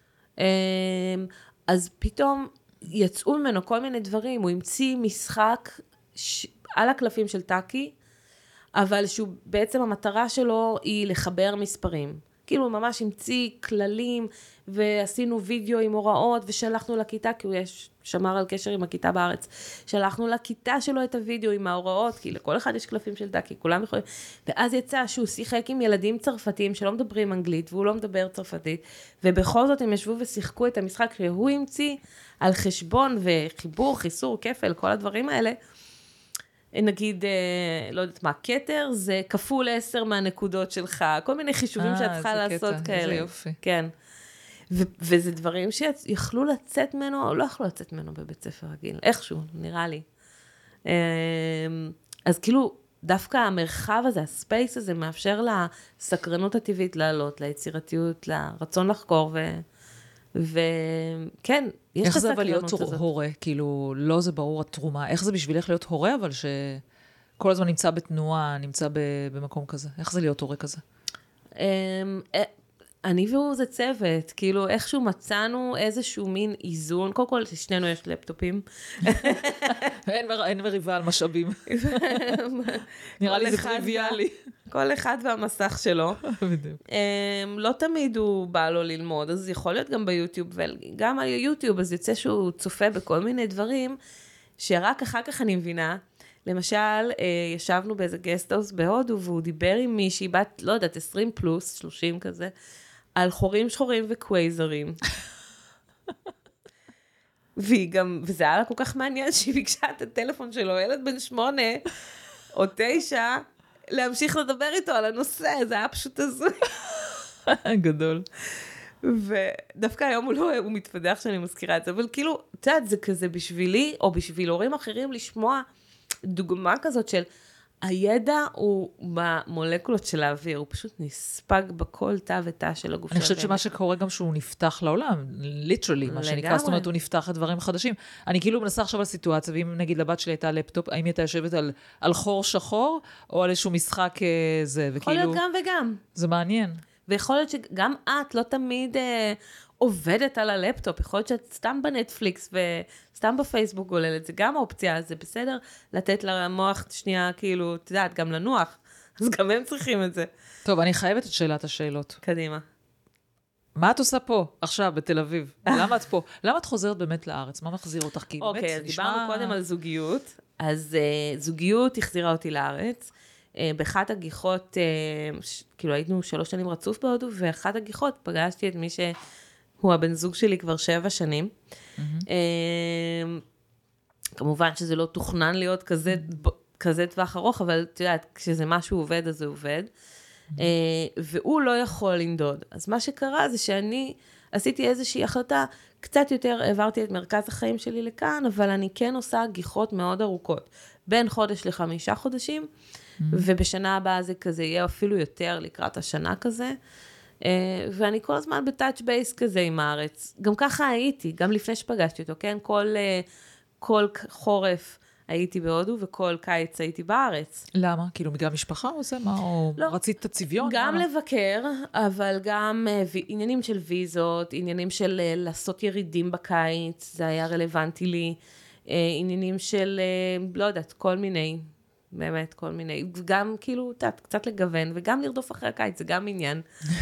אז פתאום יצאו ממנו כל מיני דברים, הוא המציא משחק על הקלפים של טאקי, אבל שהוא בעצם המטרה שלו היא לחבר מספרים. כאילו ממש המציא כללים, ועשינו וידאו עם הוראות, ושלחנו לכיתה, כי הוא יש, שמר על קשר עם הכיתה בארץ, שלחנו לכיתה שלו את הוידאו עם ההוראות, כי לכל אחד יש קלפים של טאקי, כולם יכולים, ואז יצא שהוא שיחק עם ילדים צרפתיים, שלא מדברים אנגלית, והוא לא מדבר צרפתית, ובכל זאת הם ישבו ושיחקו את המשחק, שהוא המציא על חשבון, וחיבור, חיסור, כפל, כל הדברים האלה, נגיד, לא יודעת מה, קטר, זה כפול עשר מהנקודות שלך, כל מיני חישובים שאת צריכה לעשות כאלה. איזה יופי. כן. וזה דברים שיכלו לצאת ממנו, או לא יכלו לצאת ממנו בבית ספר רגיל, איכשהו, נראה לי. אז כאילו, דווקא המרחב הזה, הספייס הזה, מאפשר לסקרנות הטבעית לעלות, ליצירתיות, לרצון לחקור, ו... וכן, יש איך זה אבל להיות הורה, כאילו, לא זה ברור התרומה, איך זה בשבילך להיות הורה, אבל שכל הזמן נמצא בתנועה, נמצא במקום כזה, איך זה להיות הורה כזה? אני והוא זה צוות, כאילו איכשהו מצאנו איזשהו מין איזון, קודם כל שנינו יש לפטופים. אין מריבה על משאבים. נראה לי זה טריוויאלי. כל אחד והמסך שלו. לא תמיד הוא בא לו ללמוד, אז יכול להיות גם ביוטיוב, וגם על יוטיוב, אז יוצא שהוא צופה בכל מיני דברים, שרק אחר כך אני מבינה, למשל, ישבנו באיזה גסטהאוס בהודו, והוא דיבר עם מישהי, בת, לא יודעת, עשרים פלוס, שלושים כזה, על חורים שחורים וקווייזרים. והיא גם, וזה היה לה כל כך מעניין, שהיא ביקשה את הטלפון שלו, ילד בן שמונה או תשע, להמשיך לדבר איתו על הנושא, זה היה פשוט הזוי. גדול. ודווקא היום הוא לא, הוא מתפדח שאני מזכירה את זה, אבל כאילו, את יודעת, זה כזה בשבילי, או בשביל הורים אחרים, לשמוע דוגמה כזאת של, הידע הוא במולקולות של האוויר, הוא פשוט נספג בכל תא ותא של הגוף. אני חושבת שמה שקורה גם שהוא נפתח לעולם, ליטרלי, מה שנקרא, זאת אומרת, הוא נפתח לדברים חדשים. אני כאילו מנסה עכשיו על סיטואציה, ואם נגיד לבת שלי הייתה לפטופ, האם היא הייתה יושבת על, על חור שחור, או על איזשהו משחק זה, וכאילו... יכול להיות גם וגם. זה מעניין. ויכול להיות שגם את לא תמיד אה, עובדת על הלפטופ, יכול להיות שאת סתם בנטפליקס וסתם בפייסבוק גוללת, זה גם האופציה, זה בסדר לתת למוח שנייה, כאילו, את יודעת, גם לנוח, אז גם הם צריכים את זה. טוב, אני חייבת את שאלת השאלות. קדימה. מה את עושה פה, עכשיו, בתל אביב? למה את פה? למה את חוזרת באמת לארץ? מה מחזיר אותך? אוקיי, אז דיברנו קודם על זוגיות, אז זוגיות החזירה אותי לארץ, באחת הגיחות, כאילו היינו שלוש שנים רצוף בהודו, ואחת הגיחות פגשתי את מי שהוא הבן זוג שלי כבר שבע שנים. כמובן שזה לא תוכנן להיות כזה, כזה טווח ארוך, אבל את יודעת, כשזה משהו עובד, אז זה עובד. והוא לא יכול לנדוד. אז מה שקרה זה שאני עשיתי איזושהי החלטה, קצת יותר העברתי את מרכז החיים שלי לכאן, אבל אני כן עושה גיחות מאוד ארוכות. בין חודש לחמישה חודשים, ובשנה הבאה זה כזה יהיה אפילו יותר לקראת השנה כזה. ואני כל הזמן בטאץ' בייס כזה עם הארץ. גם ככה הייתי, גם לפני שפגשתי אותו, כן? כל, כל חורף הייתי בהודו, וכל קיץ הייתי בארץ. למה? כאילו בגלל משפחה או זה? מה? או לא. רצית את הצביון? גם מה? לבקר, אבל גם uh, עניינים של ויזות, עניינים של uh, לעשות ירידים בקיץ, זה היה רלוונטי לי, uh, עניינים של, uh, לא יודעת, כל מיני, באמת, כל מיני, גם כאילו, תת, קצת לגוון, וגם לרדוף אחרי הקיץ, זה גם עניין.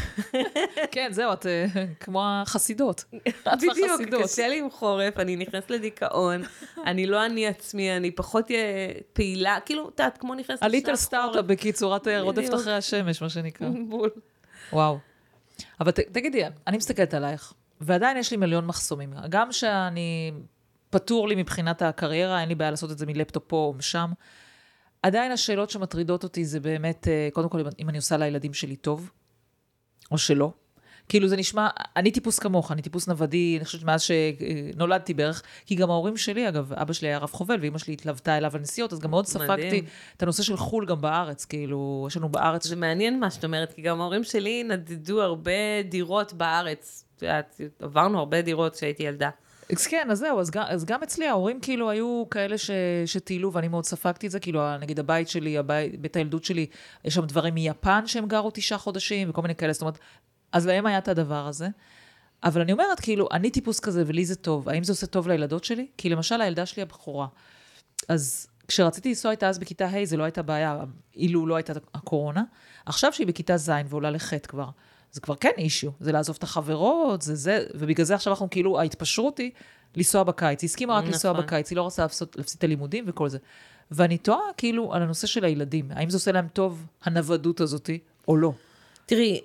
כן, זהו, את uh, כמו החסידות. בדיוק, קשה לי עם חורף, אני נכנסת לדיכאון, אני לא אני עצמי, אני פחות פעילה, כאילו, תת, כמו נכנסת לשנת חורף. הליטל סטארט-אפ בקיצור, את רודפת אחרי השמש, מה שנקרא. בול. וואו. אבל ת, תגידי, אני מסתכלת עלייך, ועדיין יש לי מיליון מחסומים. גם שאני פטור לי מבחינת הקריירה, אין לי בעיה לעשות את זה מלפטופ פה או משם. עדיין השאלות שמטרידות אותי זה באמת, קודם כל, אם אני עושה לילדים שלי טוב, או שלא. כאילו זה נשמע, אני טיפוס כמוך, אני טיפוס נוודי, אני חושבת מאז שנולדתי בערך, כי גם ההורים שלי, אגב, אבא שלי היה רב חובל, ואמא שלי התלוותה אליו על נסיעות, אז גם מאוד ספגתי את הנושא של חול גם בארץ, כאילו, יש לנו בארץ. זה מעניין מה שאת אומרת, כי גם ההורים שלי נדדו הרבה דירות בארץ, עברנו הרבה דירות כשהייתי ילדה. כן, אז זהו, אז גם, אז גם אצלי ההורים כאילו היו כאלה ש, שטיילו, ואני מאוד ספגתי את זה, כאילו נגיד הבית שלי, הבית, בית הילדות שלי, יש שם דברים מיפן שהם גרו תשעה חודשים, וכל מיני כאלה, זאת אומרת, אז להם היה את הדבר הזה. אבל אני אומרת, כאילו, אני טיפוס כזה, ולי זה טוב. האם זה עושה טוב לילדות שלי? כי למשל, הילדה שלי הבחורה. אז כשרציתי לנסוע איתה אז בכיתה ה', זה לא הייתה בעיה, אילו לא הייתה הקורונה. עכשיו שהיא בכיתה ז' ועולה לחטא כבר, זה כבר כן אישיו. זה לעזוב את החברות, זה זה, ובגלל זה עכשיו אנחנו כאילו, ההתפשרות היא לנסוע בקיץ. היא הסכימה רק לנסוע בקיץ, היא לא רוצה להפסיד את הלימודים וכל זה. ואני תוהה כאילו על הנושא של הילדים. האם זה עושה להם טוב, הנוודות הזאת, או לא? תראי,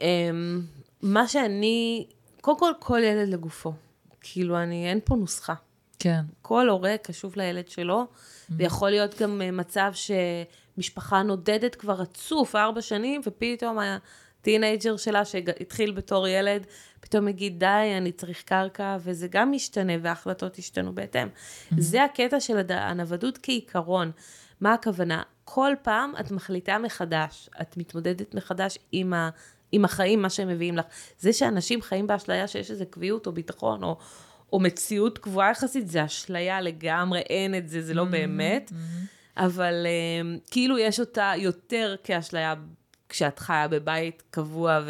מה שאני, קודם כל, כל ילד לגופו. כאילו, אני, אין פה נוסחה. כן. כל הורה קשוב לילד שלו, mm-hmm. ויכול להיות גם מצב שמשפחה נודדת כבר רצוף ארבע שנים, ופתאום הטינאג'ר שלה שהתחיל בתור ילד, פתאום יגיד, די, אני צריך קרקע, וזה גם משתנה, וההחלטות ישתנו בהתאם. Mm-hmm. זה הקטע של הנוודות כעיקרון. מה הכוונה? כל פעם את מחליטה מחדש, את מתמודדת מחדש עם ה... עם החיים, מה שהם מביאים לך. זה שאנשים חיים באשליה שיש איזו קביעות או ביטחון, או, או מציאות קבועה יחסית, זה אשליה לגמרי, אין את זה, זה לא באמת. אבל כאילו יש אותה יותר כאשליה, כשאת חיה בבית קבוע,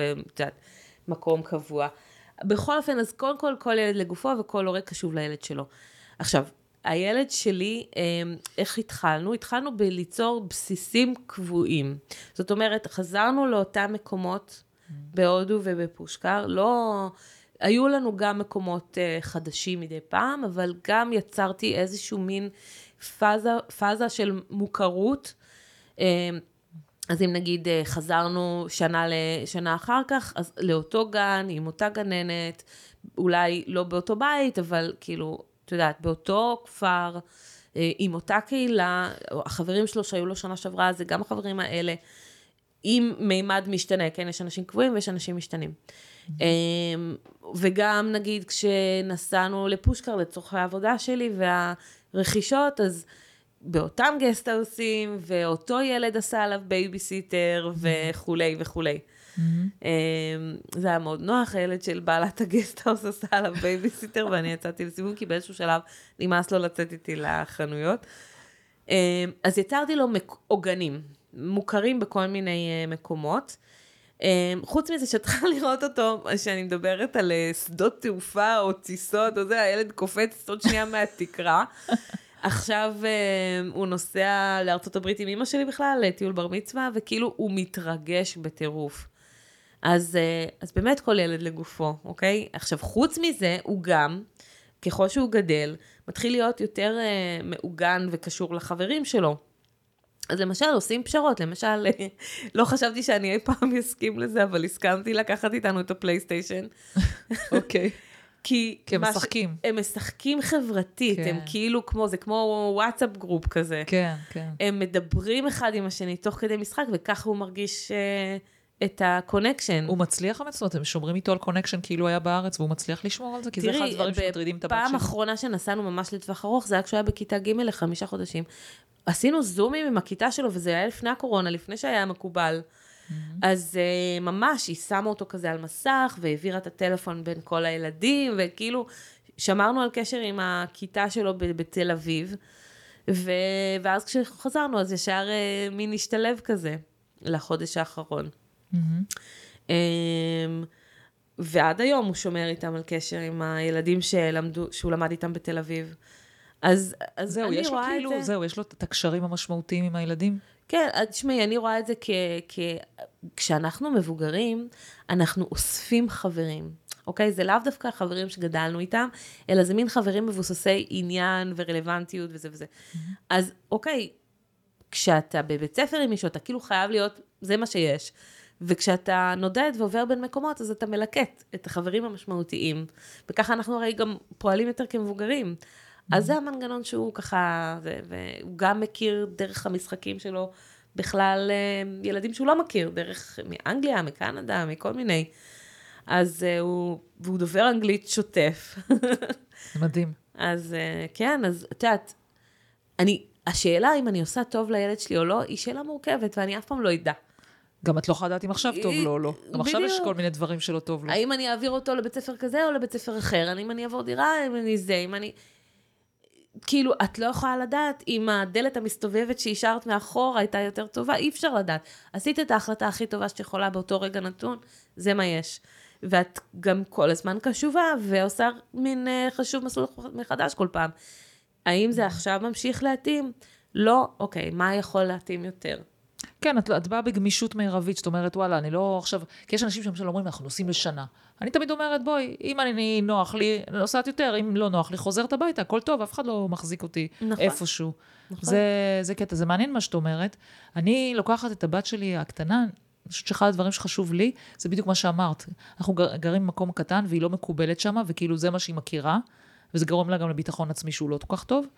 ומקום קבוע. בכל אופן, אז קודם כל, כל ילד לגופו, וכל הורה קשוב לילד שלו. עכשיו, הילד שלי, איך התחלנו? התחלנו בליצור בסיסים קבועים. זאת אומרת, חזרנו לאותם מקומות בהודו ובפושקר. לא, היו לנו גם מקומות חדשים מדי פעם, אבל גם יצרתי איזשהו מין פאזה, פאזה של מוכרות. אז אם נגיד חזרנו שנה לשנה אחר כך, אז לאותו גן, עם אותה גננת, אולי לא באותו בית, אבל כאילו, את יודעת, באותו כפר, עם אותה קהילה, החברים שלו שהיו לו שנה שעברה, זה גם החברים האלה, עם מימד משתנה, כן, יש אנשים קבועים ויש אנשים משתנים. Mm-hmm. וגם נגיד כשנסענו לפושקר לצורכי העבודה שלי והרכישות, אז באותם גסטהאוסים, ואותו ילד עשה עליו בייביסיטר וכולי וכולי. Mm-hmm. זה היה מאוד נוח, הילד של בעלת הגסטהאוס עשה עליו בייביסיטר, ואני יצאתי לסיבוב, כי באיזשהו שלב נמאס לו לצאת איתי לחנויות. אז יצרתי לו עוגנים, מוכרים בכל מיני מקומות. חוץ מזה שתוכל לראות אותו, שאני מדברת על שדות תעופה או טיסות, או זה, הילד קופץ עוד שנייה מהתקרה. עכשיו הוא נוסע לארצות הברית עם אמא שלי בכלל, לטיול בר מצווה, וכאילו הוא מתרגש בטירוף. אז, אז באמת כל ילד לגופו, אוקיי? עכשיו, חוץ מזה, הוא גם, ככל שהוא גדל, מתחיל להיות יותר מעוגן וקשור לחברים שלו. אז למשל, עושים פשרות, למשל, לא חשבתי שאני אי פעם אסכים לזה, אבל הסכמתי לקחת איתנו את הפלייסטיישן. אוקיי. כי הם משחקים. הם משחקים חברתית, הם כאילו כמו, זה כמו וואטסאפ גרופ כזה. כן, כן. הם מדברים אחד עם השני תוך כדי משחק, וככה הוא מרגיש את הקונקשן. הוא מצליח המצוות, הם שומרים איתו על קונקשן כאילו היה בארץ, והוא מצליח לשמור על זה, כי זה אחד הדברים שמטרידים את הבת שלי. פעם אחרונה שנסענו ממש לטווח ארוך, זה היה כשהוא היה בכיתה ג' לחמישה חודשים. עשינו זומים עם הכיתה שלו, וזה היה לפני הקורונה, לפני שהיה מקובל. אז uh, ממש, היא שמה אותו כזה על מסך, והעבירה את הטלפון בין כל הילדים, וכאילו, שמרנו על קשר עם הכיתה שלו בתל אביב, ו... ואז כשחזרנו, אז ישר uh, מין השתלב כזה, לחודש האחרון. Mm-hmm. Um, ועד היום הוא שומר איתם על קשר עם הילדים שלמדו, שהוא למד איתם בתל אביב. אז, אז זהו, יש לו כאילו, זה... זהו, יש לו את הקשרים המשמעותיים עם הילדים. כן, תשמעי, אני רואה את זה כ... כ... כשאנחנו מבוגרים, אנחנו אוספים חברים, אוקיי? זה לאו דווקא חברים שגדלנו איתם, אלא זה מין חברים מבוססי עניין ורלוונטיות וזה וזה. Mm-hmm. אז אוקיי, כשאתה בבית ספר עם מישהו, אתה כאילו חייב להיות, זה מה שיש. וכשאתה נודד ועובר בין מקומות, אז אתה מלקט את החברים המשמעותיים. וככה אנחנו הרי גם פועלים יותר כמבוגרים. אז זה המנגנון שהוא ככה, והוא גם מכיר דרך המשחקים שלו, בכלל ילדים שהוא לא מכיר, דרך מאנגליה, מקנדה, מכל מיני. אז הוא, והוא דובר אנגלית שוטף. מדהים. אז כן, אז את יודעת, אני, השאלה אם אני עושה טוב לילד שלי או לא, היא שאלה מורכבת, ואני אף פעם לא ידע. גם את לא יכולה לדעת אם עכשיו טוב לו או לא. גם עכשיו יש כל מיני דברים שלא טוב לו. האם אני אעביר אותו לבית ספר כזה או לבית ספר אחר? אם אני אעבור דירה, אם אני זה, אם אני... כאילו, את לא יכולה לדעת אם הדלת המסתובבת שהשארת מאחור הייתה יותר טובה, אי אפשר לדעת. עשית את ההחלטה הכי טובה שאת יכולה באותו רגע נתון, זה מה יש. ואת גם כל הזמן קשובה, ועושה מין חשוב מסלול מחדש כל פעם. האם זה עכשיו ממשיך להתאים? לא, אוקיי, מה יכול להתאים יותר? כן, את, את באה בגמישות מרבית, זאת אומרת, וואלה, אני לא עכשיו, כי יש אנשים שמשל אומרים, אנחנו נוסעים לשנה. אני תמיד אומרת, בואי, אם אני נוח לי, נוסעת יותר, אם לא נוח לי, חוזרת הביתה, הכל טוב, אף אחד לא מחזיק אותי נכון, איפשהו. נכון. זה, זה קטע, זה מעניין מה שאת אומרת. אני לוקחת את הבת שלי הקטנה, אני חושבת שאחד הדברים שחשוב לי, זה בדיוק מה שאמרת. אנחנו גרים במקום קטן, והיא לא מקובלת שמה, וכאילו זה מה שהיא מכירה, וזה גורם לה גם לביטחון עצמי שהוא לא כל כך טוב.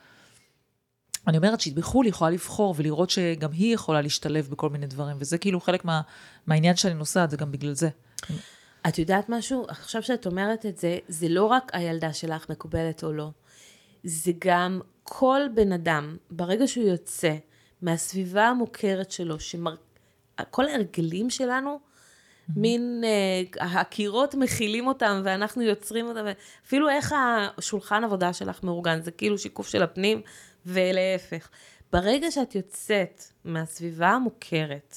אני אומרת שבחול היא יכולה לבחור ולראות שגם היא יכולה להשתלב בכל מיני דברים, וזה כאילו חלק מה, מהעניין שאני נוסעת, זה גם בגלל זה. את יודעת משהו? עכשיו שאת אומרת את זה, זה לא רק הילדה שלך מקובלת או לא, זה גם כל בן אדם, ברגע שהוא יוצא מהסביבה המוכרת שלו, שמר... כל ההרגלים שלנו, mm-hmm. מין uh, הקירות מכילים אותם, ואנחנו יוצרים אותם, אפילו איך השולחן עבודה שלך מאורגן, זה כאילו שיקוף של הפנים, ולהפך. ברגע שאת יוצאת מהסביבה המוכרת,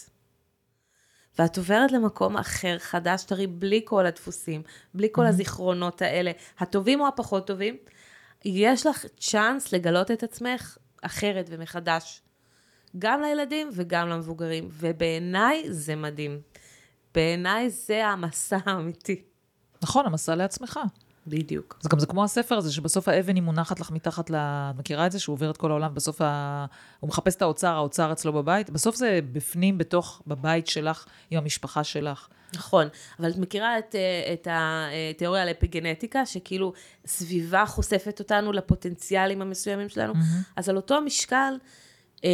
ואת עוברת למקום אחר, חדש, תראי, בלי כל הדפוסים, בלי כל mm-hmm. הזיכרונות האלה, הטובים או הפחות טובים, יש לך צ'אנס לגלות את עצמך אחרת ומחדש. גם לילדים וגם למבוגרים. ובעיניי זה מדהים. בעיניי זה המסע האמיתי. נכון, המסע לעצמך. בדיוק. זה גם זה כמו הספר הזה, שבסוף האבן היא מונחת לך מתחת ל... מכירה את זה? שהוא עובר את כל העולם, בסוף ה... הוא מחפש את האוצר, האוצר אצלו בבית. בסוף זה בפנים, בתוך, בבית שלך, עם המשפחה שלך. נכון, אבל את מכירה את, את התיאוריה על אפיגנטיקה, שכאילו סביבה חושפת אותנו לפוטנציאלים המסוימים שלנו, mm-hmm. אז על אותו משקל, אה,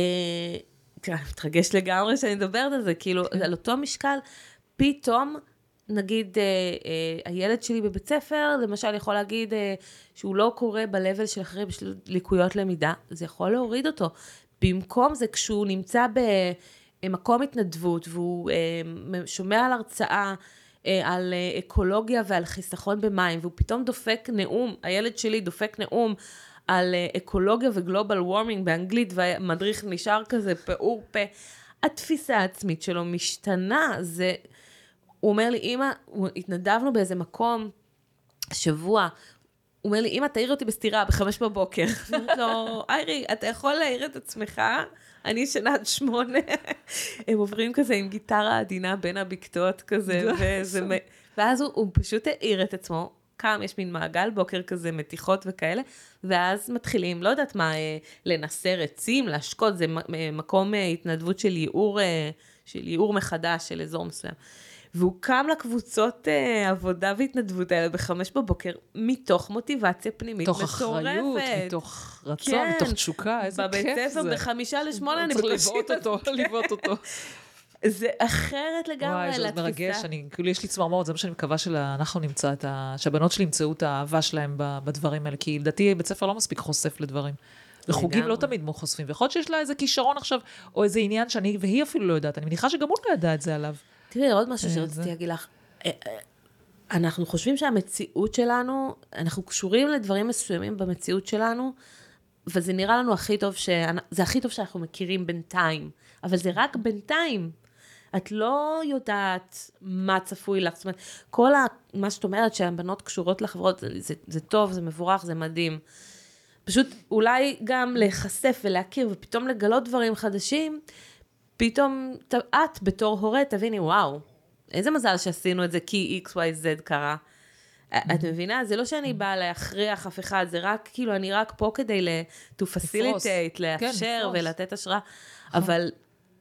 מתרגש לגמרי שאני מדברת על זה, כאילו okay. על אותו משקל, פתאום, נגיד, אה, אה, הילד שלי בבית ספר, למשל יכול להגיד אה, שהוא לא קורא ב-level של אחרי בשביל ליקויות למידה, זה יכול להוריד אותו. במקום זה, כשהוא נמצא במקום התנדבות, והוא אה, שומע על הרצאה, אה, על אה, אקולוגיה ועל חיסכון במים, והוא פתאום דופק נאום, הילד שלי דופק נאום, על אה, אקולוגיה וגלובל וורמינג באנגלית, והמדריך נשאר כזה פעור פה, התפיסה העצמית שלו משתנה, זה... הוא אומר לי, אמא, התנדבנו באיזה מקום, שבוע, הוא אומר לי, אמא, תעיר אותי בסתירה בחמש בבוקר. אני אומרת לו, איירי, אתה יכול להעיר את עצמך? אני שנה עד שמונה. הם עוברים כזה עם גיטרה עדינה בין הבקתות כזה, ואז הוא פשוט העיר את עצמו, קם, יש מין מעגל בוקר כזה, מתיחות וכאלה, ואז מתחילים, לא יודעת מה, לנסר עצים, להשקות, זה מקום התנדבות של ייעור, של ייעור מחדש של אזור מסוים. והוא קם לקבוצות uh, עבודה והתנדבות האלה בחמש בבוקר, מתוך מוטיבציה פנימית מטורפת. מתוך אחריות, מתוך רצון, כן. מתוך תשוקה, איזה כיף זה. בבית ספר בחמישה לשמונה אני פגשתי אותו. צריך לבעוט אותו. זה אחרת לגמרי לתפיסה. וואי, זה מרגש, אני, כאילו יש לי צמרמורת, זה מה שאני מקווה שאנחנו נמצא את ה... שהבנות שלי ימצאו את האהבה שלהם בדברים האלה, כי לדעתי בית ספר לא מספיק חושף לדברים. וחוגים לא תמיד חושפים, ויכול להיות שיש לה איזה כישרון עכשיו, או איזה עניין שאני, והיא אפילו לא יודעת, אני מניחה שגם הוא לא ידע את זה עליו. תראי, עוד משהו שרציתי להגיד לך, אנחנו חושבים שהמציאות שלנו, אנחנו קשורים לדברים מסוימים במציאות שלנו, וזה נראה לנו הכי טוב, זה הכי טוב שאנחנו מכירים בינתיים, אבל זה רק בינתיים. את לא יודעת מה צפוי לך, זאת אומרת, כל מה שאת אומרת שהבנות קשורות לחברות, זה, זה טוב, זה מבורך, זה מדהים. פשוט אולי גם להיחשף ולהכיר, ופתאום לגלות דברים חדשים, פתאום את בתור הורה תביני, וואו, איזה מזל שעשינו את זה, כי X, Y, Z קרה. את מבינה? זה לא שאני באה להכריח אף אחד, זה רק, כאילו, אני רק פה כדי to facilitate, לאפשר ולתת השראה. אבל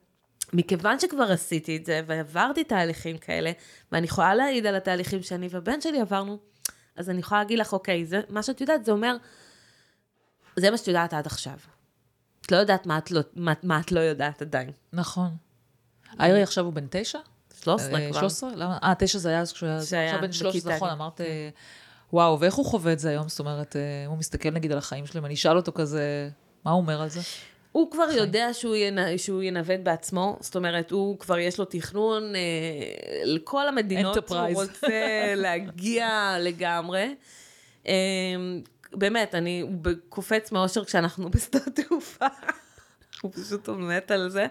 מכיוון שכבר עשיתי את זה, ועברתי תהליכים כאלה, ואני יכולה להעיד על התהליכים שאני והבן שלי עברנו, אז אני יכולה להגיד לך, אוקיי, זה, מה שאת יודעת, זה אומר, זה מה שאת יודעת עד עכשיו. את לא יודעת מה את לא, מה, מה את לא יודעת עדיין. נכון. איירי עכשיו הוא בן תשע? שלוש עשרה כבר. שלוש עשרה? למה? אה, תשע זה היה כשהוא היה בן שלוש, נכון, אמרת, וואו, ואיך הוא חווה את זה היום? זאת אומרת, הוא מסתכל נגיד על החיים שלהם, אני אשאל אותו כזה, מה הוא אומר על זה? הוא כבר יודע שהוא, ינ... שהוא ינווט בעצמו, זאת אומרת, הוא כבר יש לו תכנון אה, לכל המדינות, Enterprise. הוא רוצה להגיע לגמרי. אה, באמת, אני, הוא קופץ מאושר כשאנחנו בשדות תעופה, הוא פשוט עומד על זה.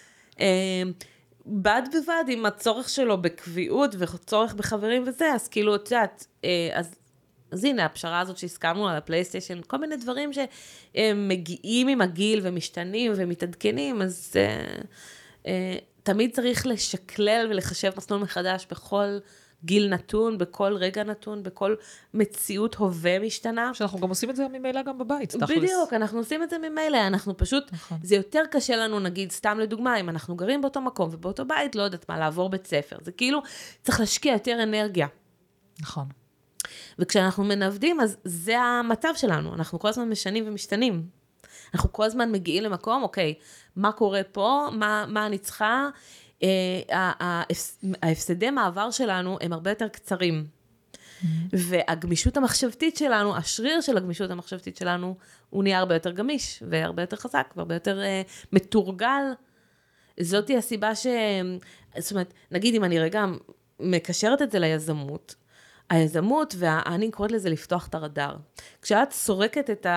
אה, בד בבד עם הצורך שלו בקביעות וצורך בחברים וזה, אז כאילו, את יודעת, אה, אז... אז הנה, הפשרה הזאת שהסכמנו על הפלייסטיישן, כל מיני דברים שהם מגיעים עם הגיל ומשתנים ומתעדכנים, אז uh, uh, תמיד צריך לשקלל ולחשב מסלול מחדש בכל גיל נתון, בכל רגע נתון, בכל מציאות הווה משתנה. שאנחנו גם עושים את זה ממילא גם בבית, תכלס. בדיוק, אנחנו עושים את זה ממילא, אנחנו פשוט, נכון. זה יותר קשה לנו, נגיד, סתם לדוגמה, אם אנחנו גרים באותו מקום ובאותו בית, לא יודעת מה, לעבור בית ספר. זה כאילו, צריך להשקיע יותר אנרגיה. נכון. וכשאנחנו מנוודים, אז זה המצב שלנו. אנחנו כל הזמן משנים ומשתנים. אנחנו כל הזמן מגיעים למקום, אוקיי, מה קורה פה? מה, מה אני צריכה? אה, ההפסדי מעבר שלנו הם הרבה יותר קצרים. Mm-hmm. והגמישות המחשבתית שלנו, השריר של הגמישות המחשבתית שלנו, הוא נהיה הרבה יותר גמיש, והרבה יותר חזק, והרבה יותר אה, מתורגל. זאת היא הסיבה ש... זאת אומרת, נגיד אם אני רגע מקשרת את זה ליזמות, היזמות, ואני קוראת לזה לפתוח את הרדאר. כשאת סורקת את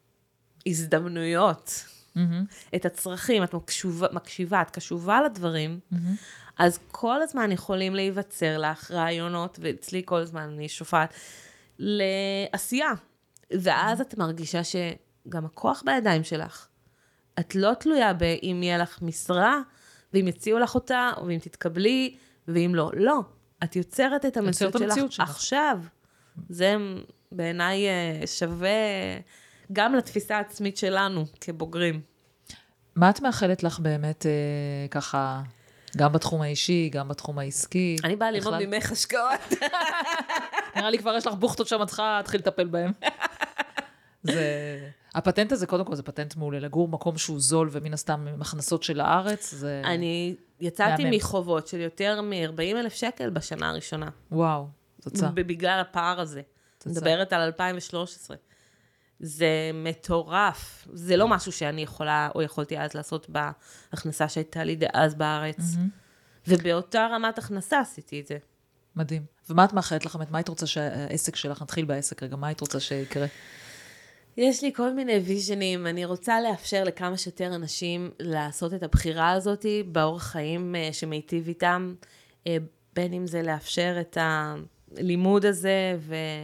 ההזדמנויות, mm-hmm. את הצרכים, את מקשובה, מקשיבה, את קשובה לדברים, mm-hmm. אז כל הזמן יכולים להיווצר לך רעיונות, ואצלי כל הזמן אני שופעת, לעשייה. ואז mm-hmm. את מרגישה שגם הכוח בידיים שלך. את לא תלויה באם יהיה לך משרה, ואם יציעו לך אותה, ואם תתקבלי, ואם לא. לא. את יוצרת את המציאות שלך, שלך עכשיו. זה בעיניי שווה גם לתפיסה העצמית שלנו כבוגרים. מה את מאחלת לך באמת ככה, גם בתחום האישי, גם בתחום העסקי? אני באה ללמוד ממך השקעות. נראה לי כבר יש לך בוכטות שם, את צריכה להתחיל לטפל בהם. זה... הפטנט הזה, קודם כל, זה פטנט מעולה. לגור מקום שהוא זול ומן הסתם הכנסות של הארץ, זה... אני יצאתי מהמם. מחובות של יותר מ-ארבעים אלף שקל בשנה הראשונה. וואו, תוצא. בגלל הפער הזה. מדברת על אלפיים ושלוש עשרה. זה מטורף. זה לא משהו שאני יכולה, או יכולתי אז לעשות בהכנסה שהייתה לי אז בארץ. Mm-hmm. ובאותה רמת הכנסה עשיתי את זה. מדהים. ומה את מאחלת לכם? מה היית רוצה שהעסק שלך, נתחיל בעסק רגע, מה היית רוצה שיקרה? יש לי כל מיני ויז'נים, אני רוצה לאפשר לכמה שיותר אנשים לעשות את הבחירה הזאת באורח חיים שמיטיב איתם, בין אם זה לאפשר את הלימוד הזה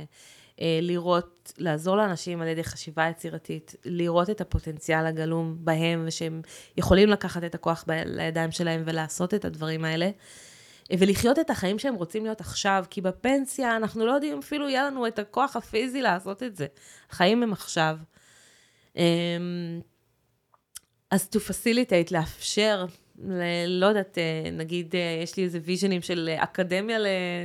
ולראות, לעזור לאנשים על ידי חשיבה יצירתית, לראות את הפוטנציאל הגלום בהם ושהם יכולים לקחת את הכוח לידיים שלהם ולעשות את הדברים האלה, ולחיות את החיים שהם רוצים להיות עכשיו, כי בפנסיה אנחנו לא יודעים אפילו יהיה לנו את הכוח הפיזי לעשות את זה. החיים הם עכשיו. אז to facilitate, לאפשר, לא יודעת, נגיד, יש לי איזה ויז'נים של אקדמיה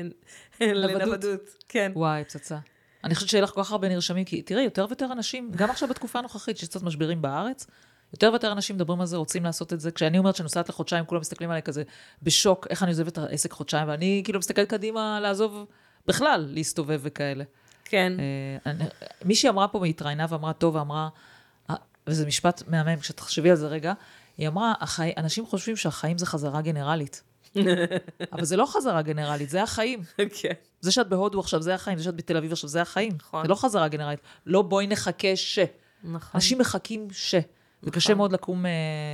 לנוודות. כן. וואי, פצצה. אני חושבת שיהיה לך כל כך הרבה נרשמים, כי תראי, יותר ויותר אנשים, גם עכשיו בתקופה הנוכחית, שיש קצת משברים בארץ, יותר ויותר אנשים מדברים על זה, רוצים לעשות את זה. כשאני אומרת שאני נוסעת לחודשיים, כולם מסתכלים עליי כזה בשוק, איך אני עוזבת את העסק חודשיים, ואני כאילו מסתכלת קדימה לעזוב בכלל, להסתובב וכאלה. כן. מישהי אמרה פה, והתראיינה ואמרה טוב, ואמרה, וזה משפט מהמם, כשתחשבי על זה רגע, היא אמרה, אנשים חושבים שהחיים זה חזרה גנרלית. אבל זה לא חזרה גנרלית, זה החיים. כן. זה שאת בהודו עכשיו, זה החיים, זה שאת בתל אביב עכשיו, זה החיים. זה לא חזרה גנרלית. לא בואי נחכה ש. אנשים מחכים ש. זה קשה מאוד לקום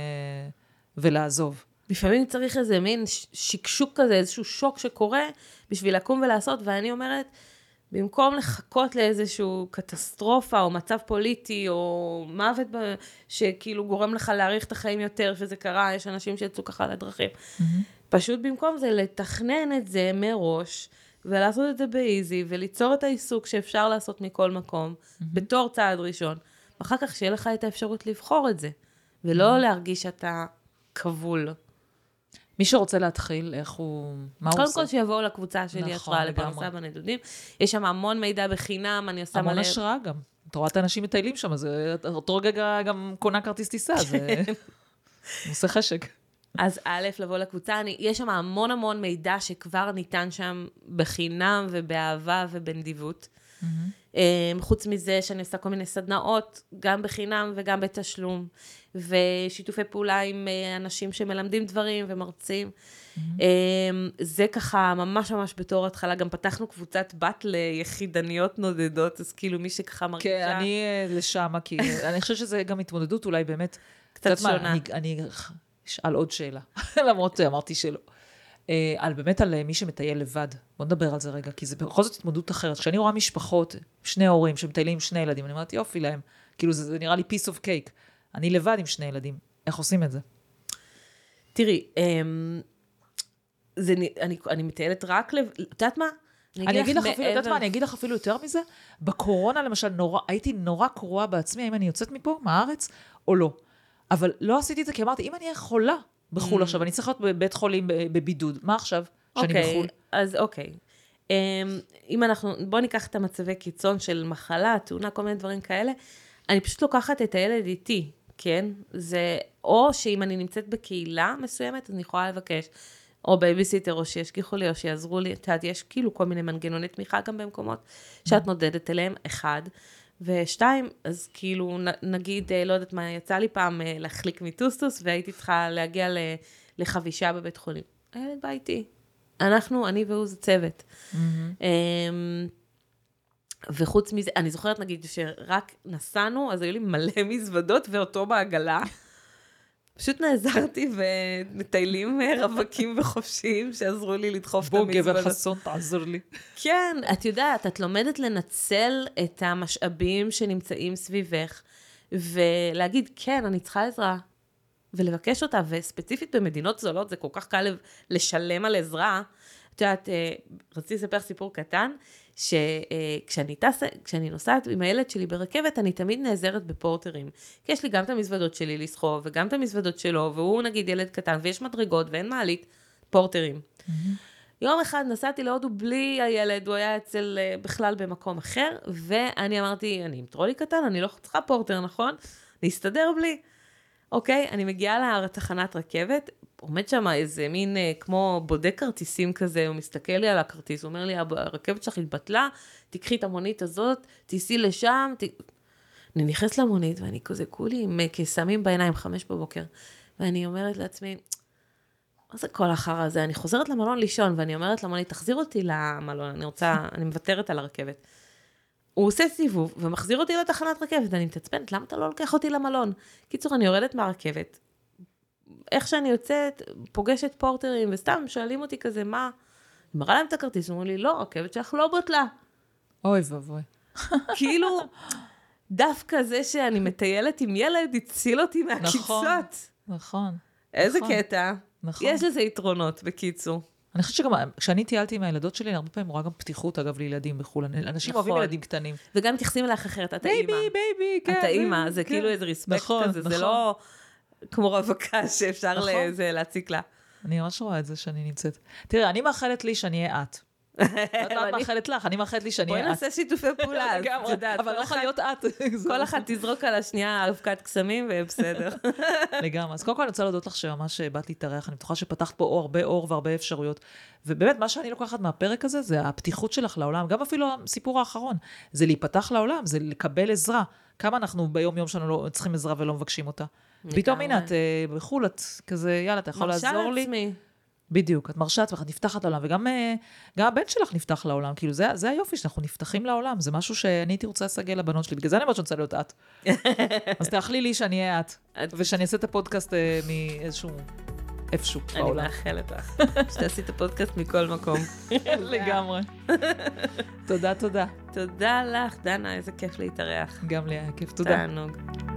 ולעזוב. לפעמים צריך איזה מין שקשוק כזה, איזשהו שוק שקורה בשביל לקום ולעשות, ואני אומרת, במקום לחכות לאיזשהו קטסטרופה, או מצב פוליטי, או מוות שכאילו גורם לך להאריך את החיים יותר, שזה קרה, יש אנשים שיצאו ככה לדרכים. פשוט במקום זה לתכנן את זה מראש, ולעשות את זה באיזי, וליצור את העיסוק שאפשר לעשות מכל מקום, בתור צעד ראשון. ואחר כך שיהיה לך את האפשרות לבחור את זה, ולא להרגיש שאתה כבול. מי שרוצה להתחיל, איך הוא, מה הוא עושה? קודם כל שיבואו לקבוצה שלי, השראה לפרנסה בנדודים. יש שם המון מידע בחינם, אני עושה מלא... המון השראה גם. את רואה את האנשים מטיילים שם, אז אותו רגע גם קונה כרטיס טיסה, זה עושה חשק. אז א', לבוא לקבוצה, אני, יש שם המון המון מידע שכבר ניתן שם בחינם ובאהבה ובנדיבות. Mm-hmm. חוץ מזה שאני עושה כל מיני סדנאות, גם בחינם וגם בתשלום, ושיתופי פעולה עם אנשים שמלמדים דברים ומרצים. Mm-hmm. זה ככה ממש ממש בתור התחלה, גם פתחנו קבוצת בת ליחידניות נודדות, אז כאילו מי שככה מרגישה... כן, אני לשם, כי אני חושבת שזה גם התמודדות אולי באמת... קצת שונה. מה, אני, אני אשאל עוד שאלה, למרות אמרתי שלא. על באמת על מי שמטייל לבד. בוא נדבר על זה רגע, כי זה בכל זאת התמודדות אחרת. כשאני רואה משפחות, שני הורים שמטיילים עם שני ילדים, אני אומרת, יופי להם. כאילו זה, זה נראה לי piece of cake. אני לבד עם שני ילדים. איך עושים את זה? תראי, זה, אני, אני מטיילת רק לב... את יודעת מה? אני אגיד לך אפילו, יודעת מה, אני אגיד לך אפילו יותר מזה. בקורונה למשל, נורא, הייתי נורא קרואה בעצמי, האם אני יוצאת מפה, מהארץ, או לא. אבל לא עשיתי את זה, כי אמרתי, אם אני אהיה חולה בחול עכשיו, אני צריכה להיות בבית חולים בבידוד, מה עכשיו שאני בחול? אז אוקיי. אם אנחנו, בוא ניקח את המצבי קיצון של מחלה, תאונה, כל מיני דברים כאלה, אני פשוט לוקחת את הילד איתי, כן? זה, או שאם אני נמצאת בקהילה מסוימת, אז אני יכולה לבקש, או בייביסיטר, או שישגיחו לי, או שיעזרו לי, תעד, יש כאילו כל מיני מנגנוני תמיכה גם במקומות שאת נודדת אליהם, אחד. ושתיים, אז כאילו, נגיד, לא יודעת מה, יצא לי פעם להחליק מטוסטוס, והייתי צריכה להגיע לחבישה בבית חולים. הילד בא איתי. אנחנו, אני והוא זה צוות. וחוץ מזה, אני זוכרת, נגיד, שרק נסענו, אז היו לי מלא מזוודות, ואותו בעגלה. פשוט נעזרתי ומטיילים רווקים וחופשיים שעזרו לי לדחוף את המזוודות. בוא, גבר חסון, תעזור לי. כן, את יודעת, את לומדת לנצל את המשאבים שנמצאים סביבך, ולהגיד, כן, אני צריכה עזרה, ולבקש אותה, וספציפית במדינות זולות, זה כל כך קל לשלם על עזרה. את יודעת, רציתי לספר סיפור קטן, שכשאני טסה, כשאני נוסעת עם הילד שלי ברכבת, אני תמיד נעזרת בפורטרים. כי יש לי גם את המזוודות שלי לסחוב, וגם את המזוודות שלו, והוא נגיד ילד קטן, ויש מדרגות, ואין מעלית, פורטרים. Mm-hmm. יום אחד נסעתי להודו בלי הילד, הוא היה אצל בכלל במקום אחר, ואני אמרתי, אני עם טרולי קטן, אני לא צריכה פורטר, נכון? להסתדר בלי. אוקיי, אני מגיעה לתחנת רכבת, עומד שם איזה מין כמו בודק כרטיסים כזה, הוא מסתכל לי על הכרטיס, הוא אומר לי, הרכבת שלך התבטלה, תקחי את המונית הזאת, תיסעי לשם, ת... אני נכנס למונית, ואני כזה כולי עם קסמים בעיניים, חמש בבוקר, ואני אומרת לעצמי, מה זה כל החרא הזה? אני חוזרת למלון לישון, ואני אומרת למונית, תחזיר אותי למלון, אני רוצה, אני מוותרת על הרכבת. הוא עושה סיבוב, ומחזיר אותי לתחנת רכבת, ואני מתעצבנת, למה אתה לא לוקח אותי למלון? קיצור, אני יורדת מהרכבת, איך שאני יוצאת, פוגשת פורטרים, וסתם שואלים אותי כזה, מה? אני מראה להם את הכרטיס, אומרים לי, לא, הרכבת שלך לא בוטלה. אוי ואבוי. כאילו, דווקא זה שאני מטיילת עם ילד, הציל אותי מהקיצות. נכון, נכון. איזה קטע. נכון. יש לזה יתרונות, בקיצור. אני חושבת שגם, כשאני טיילתי עם הילדות שלי, אני הרבה פעמים רואה גם פתיחות, אגב, לילדים בחו"ל. אנשים אוהבים ילדים קטנים. וגם מתייחסים אליך אחרת, את האמא. בייבי, בייבי, כן. את האמא, זה כאילו איזה ריספקט כזה, זה לא כמו רווקה שאפשר להציק לה. אני ממש רואה את זה שאני נמצאת. תראה, אני מאחלת לי שאני אהיה את. את מאחלת לך, אני מאחלת לי שאני אהיה את. בואי נעשה שיתופי פעולה, אבל לא יכולה להיות את. כל אחת תזרוק על השנייה אבקת קסמים ויהיה בסדר. לגמרי. אז קודם כל אני רוצה להודות לך שממש באת להתארח, אני בטוחה שפתחת פה הרבה אור והרבה אפשרויות. ובאמת, מה שאני לוקחת מהפרק הזה, זה הפתיחות שלך לעולם, גם אפילו הסיפור האחרון, זה להיפתח לעולם, זה לקבל עזרה. כמה אנחנו ביום יום שלנו לא צריכים עזרה ולא מבקשים אותה. פתאום הנה, את בחול, את כזה, יאללה, אתה יכול לעזור לי. בדיוק, את מרשה עצמך, את נפתחת לעולם, וגם גם הבן שלך נפתח לעולם, כאילו זה, זה היופי שאנחנו נפתחים לעולם, זה משהו שאני הייתי רוצה לסגל לבנות שלי, בגלל זה אני אומרת שאני רוצה להיות את. אז תאכלי לי שאני אהיה את, ושאני אעשה את הפודקאסט מאיזשהו איפשהו בעולם. אני מאחלת לך, שתעשי את הפודקאסט מכל מקום. לגמרי. תודה, תודה. תודה לך, דנה, איזה כיף להתארח. גם לי היה כיף, תודה. תענוג.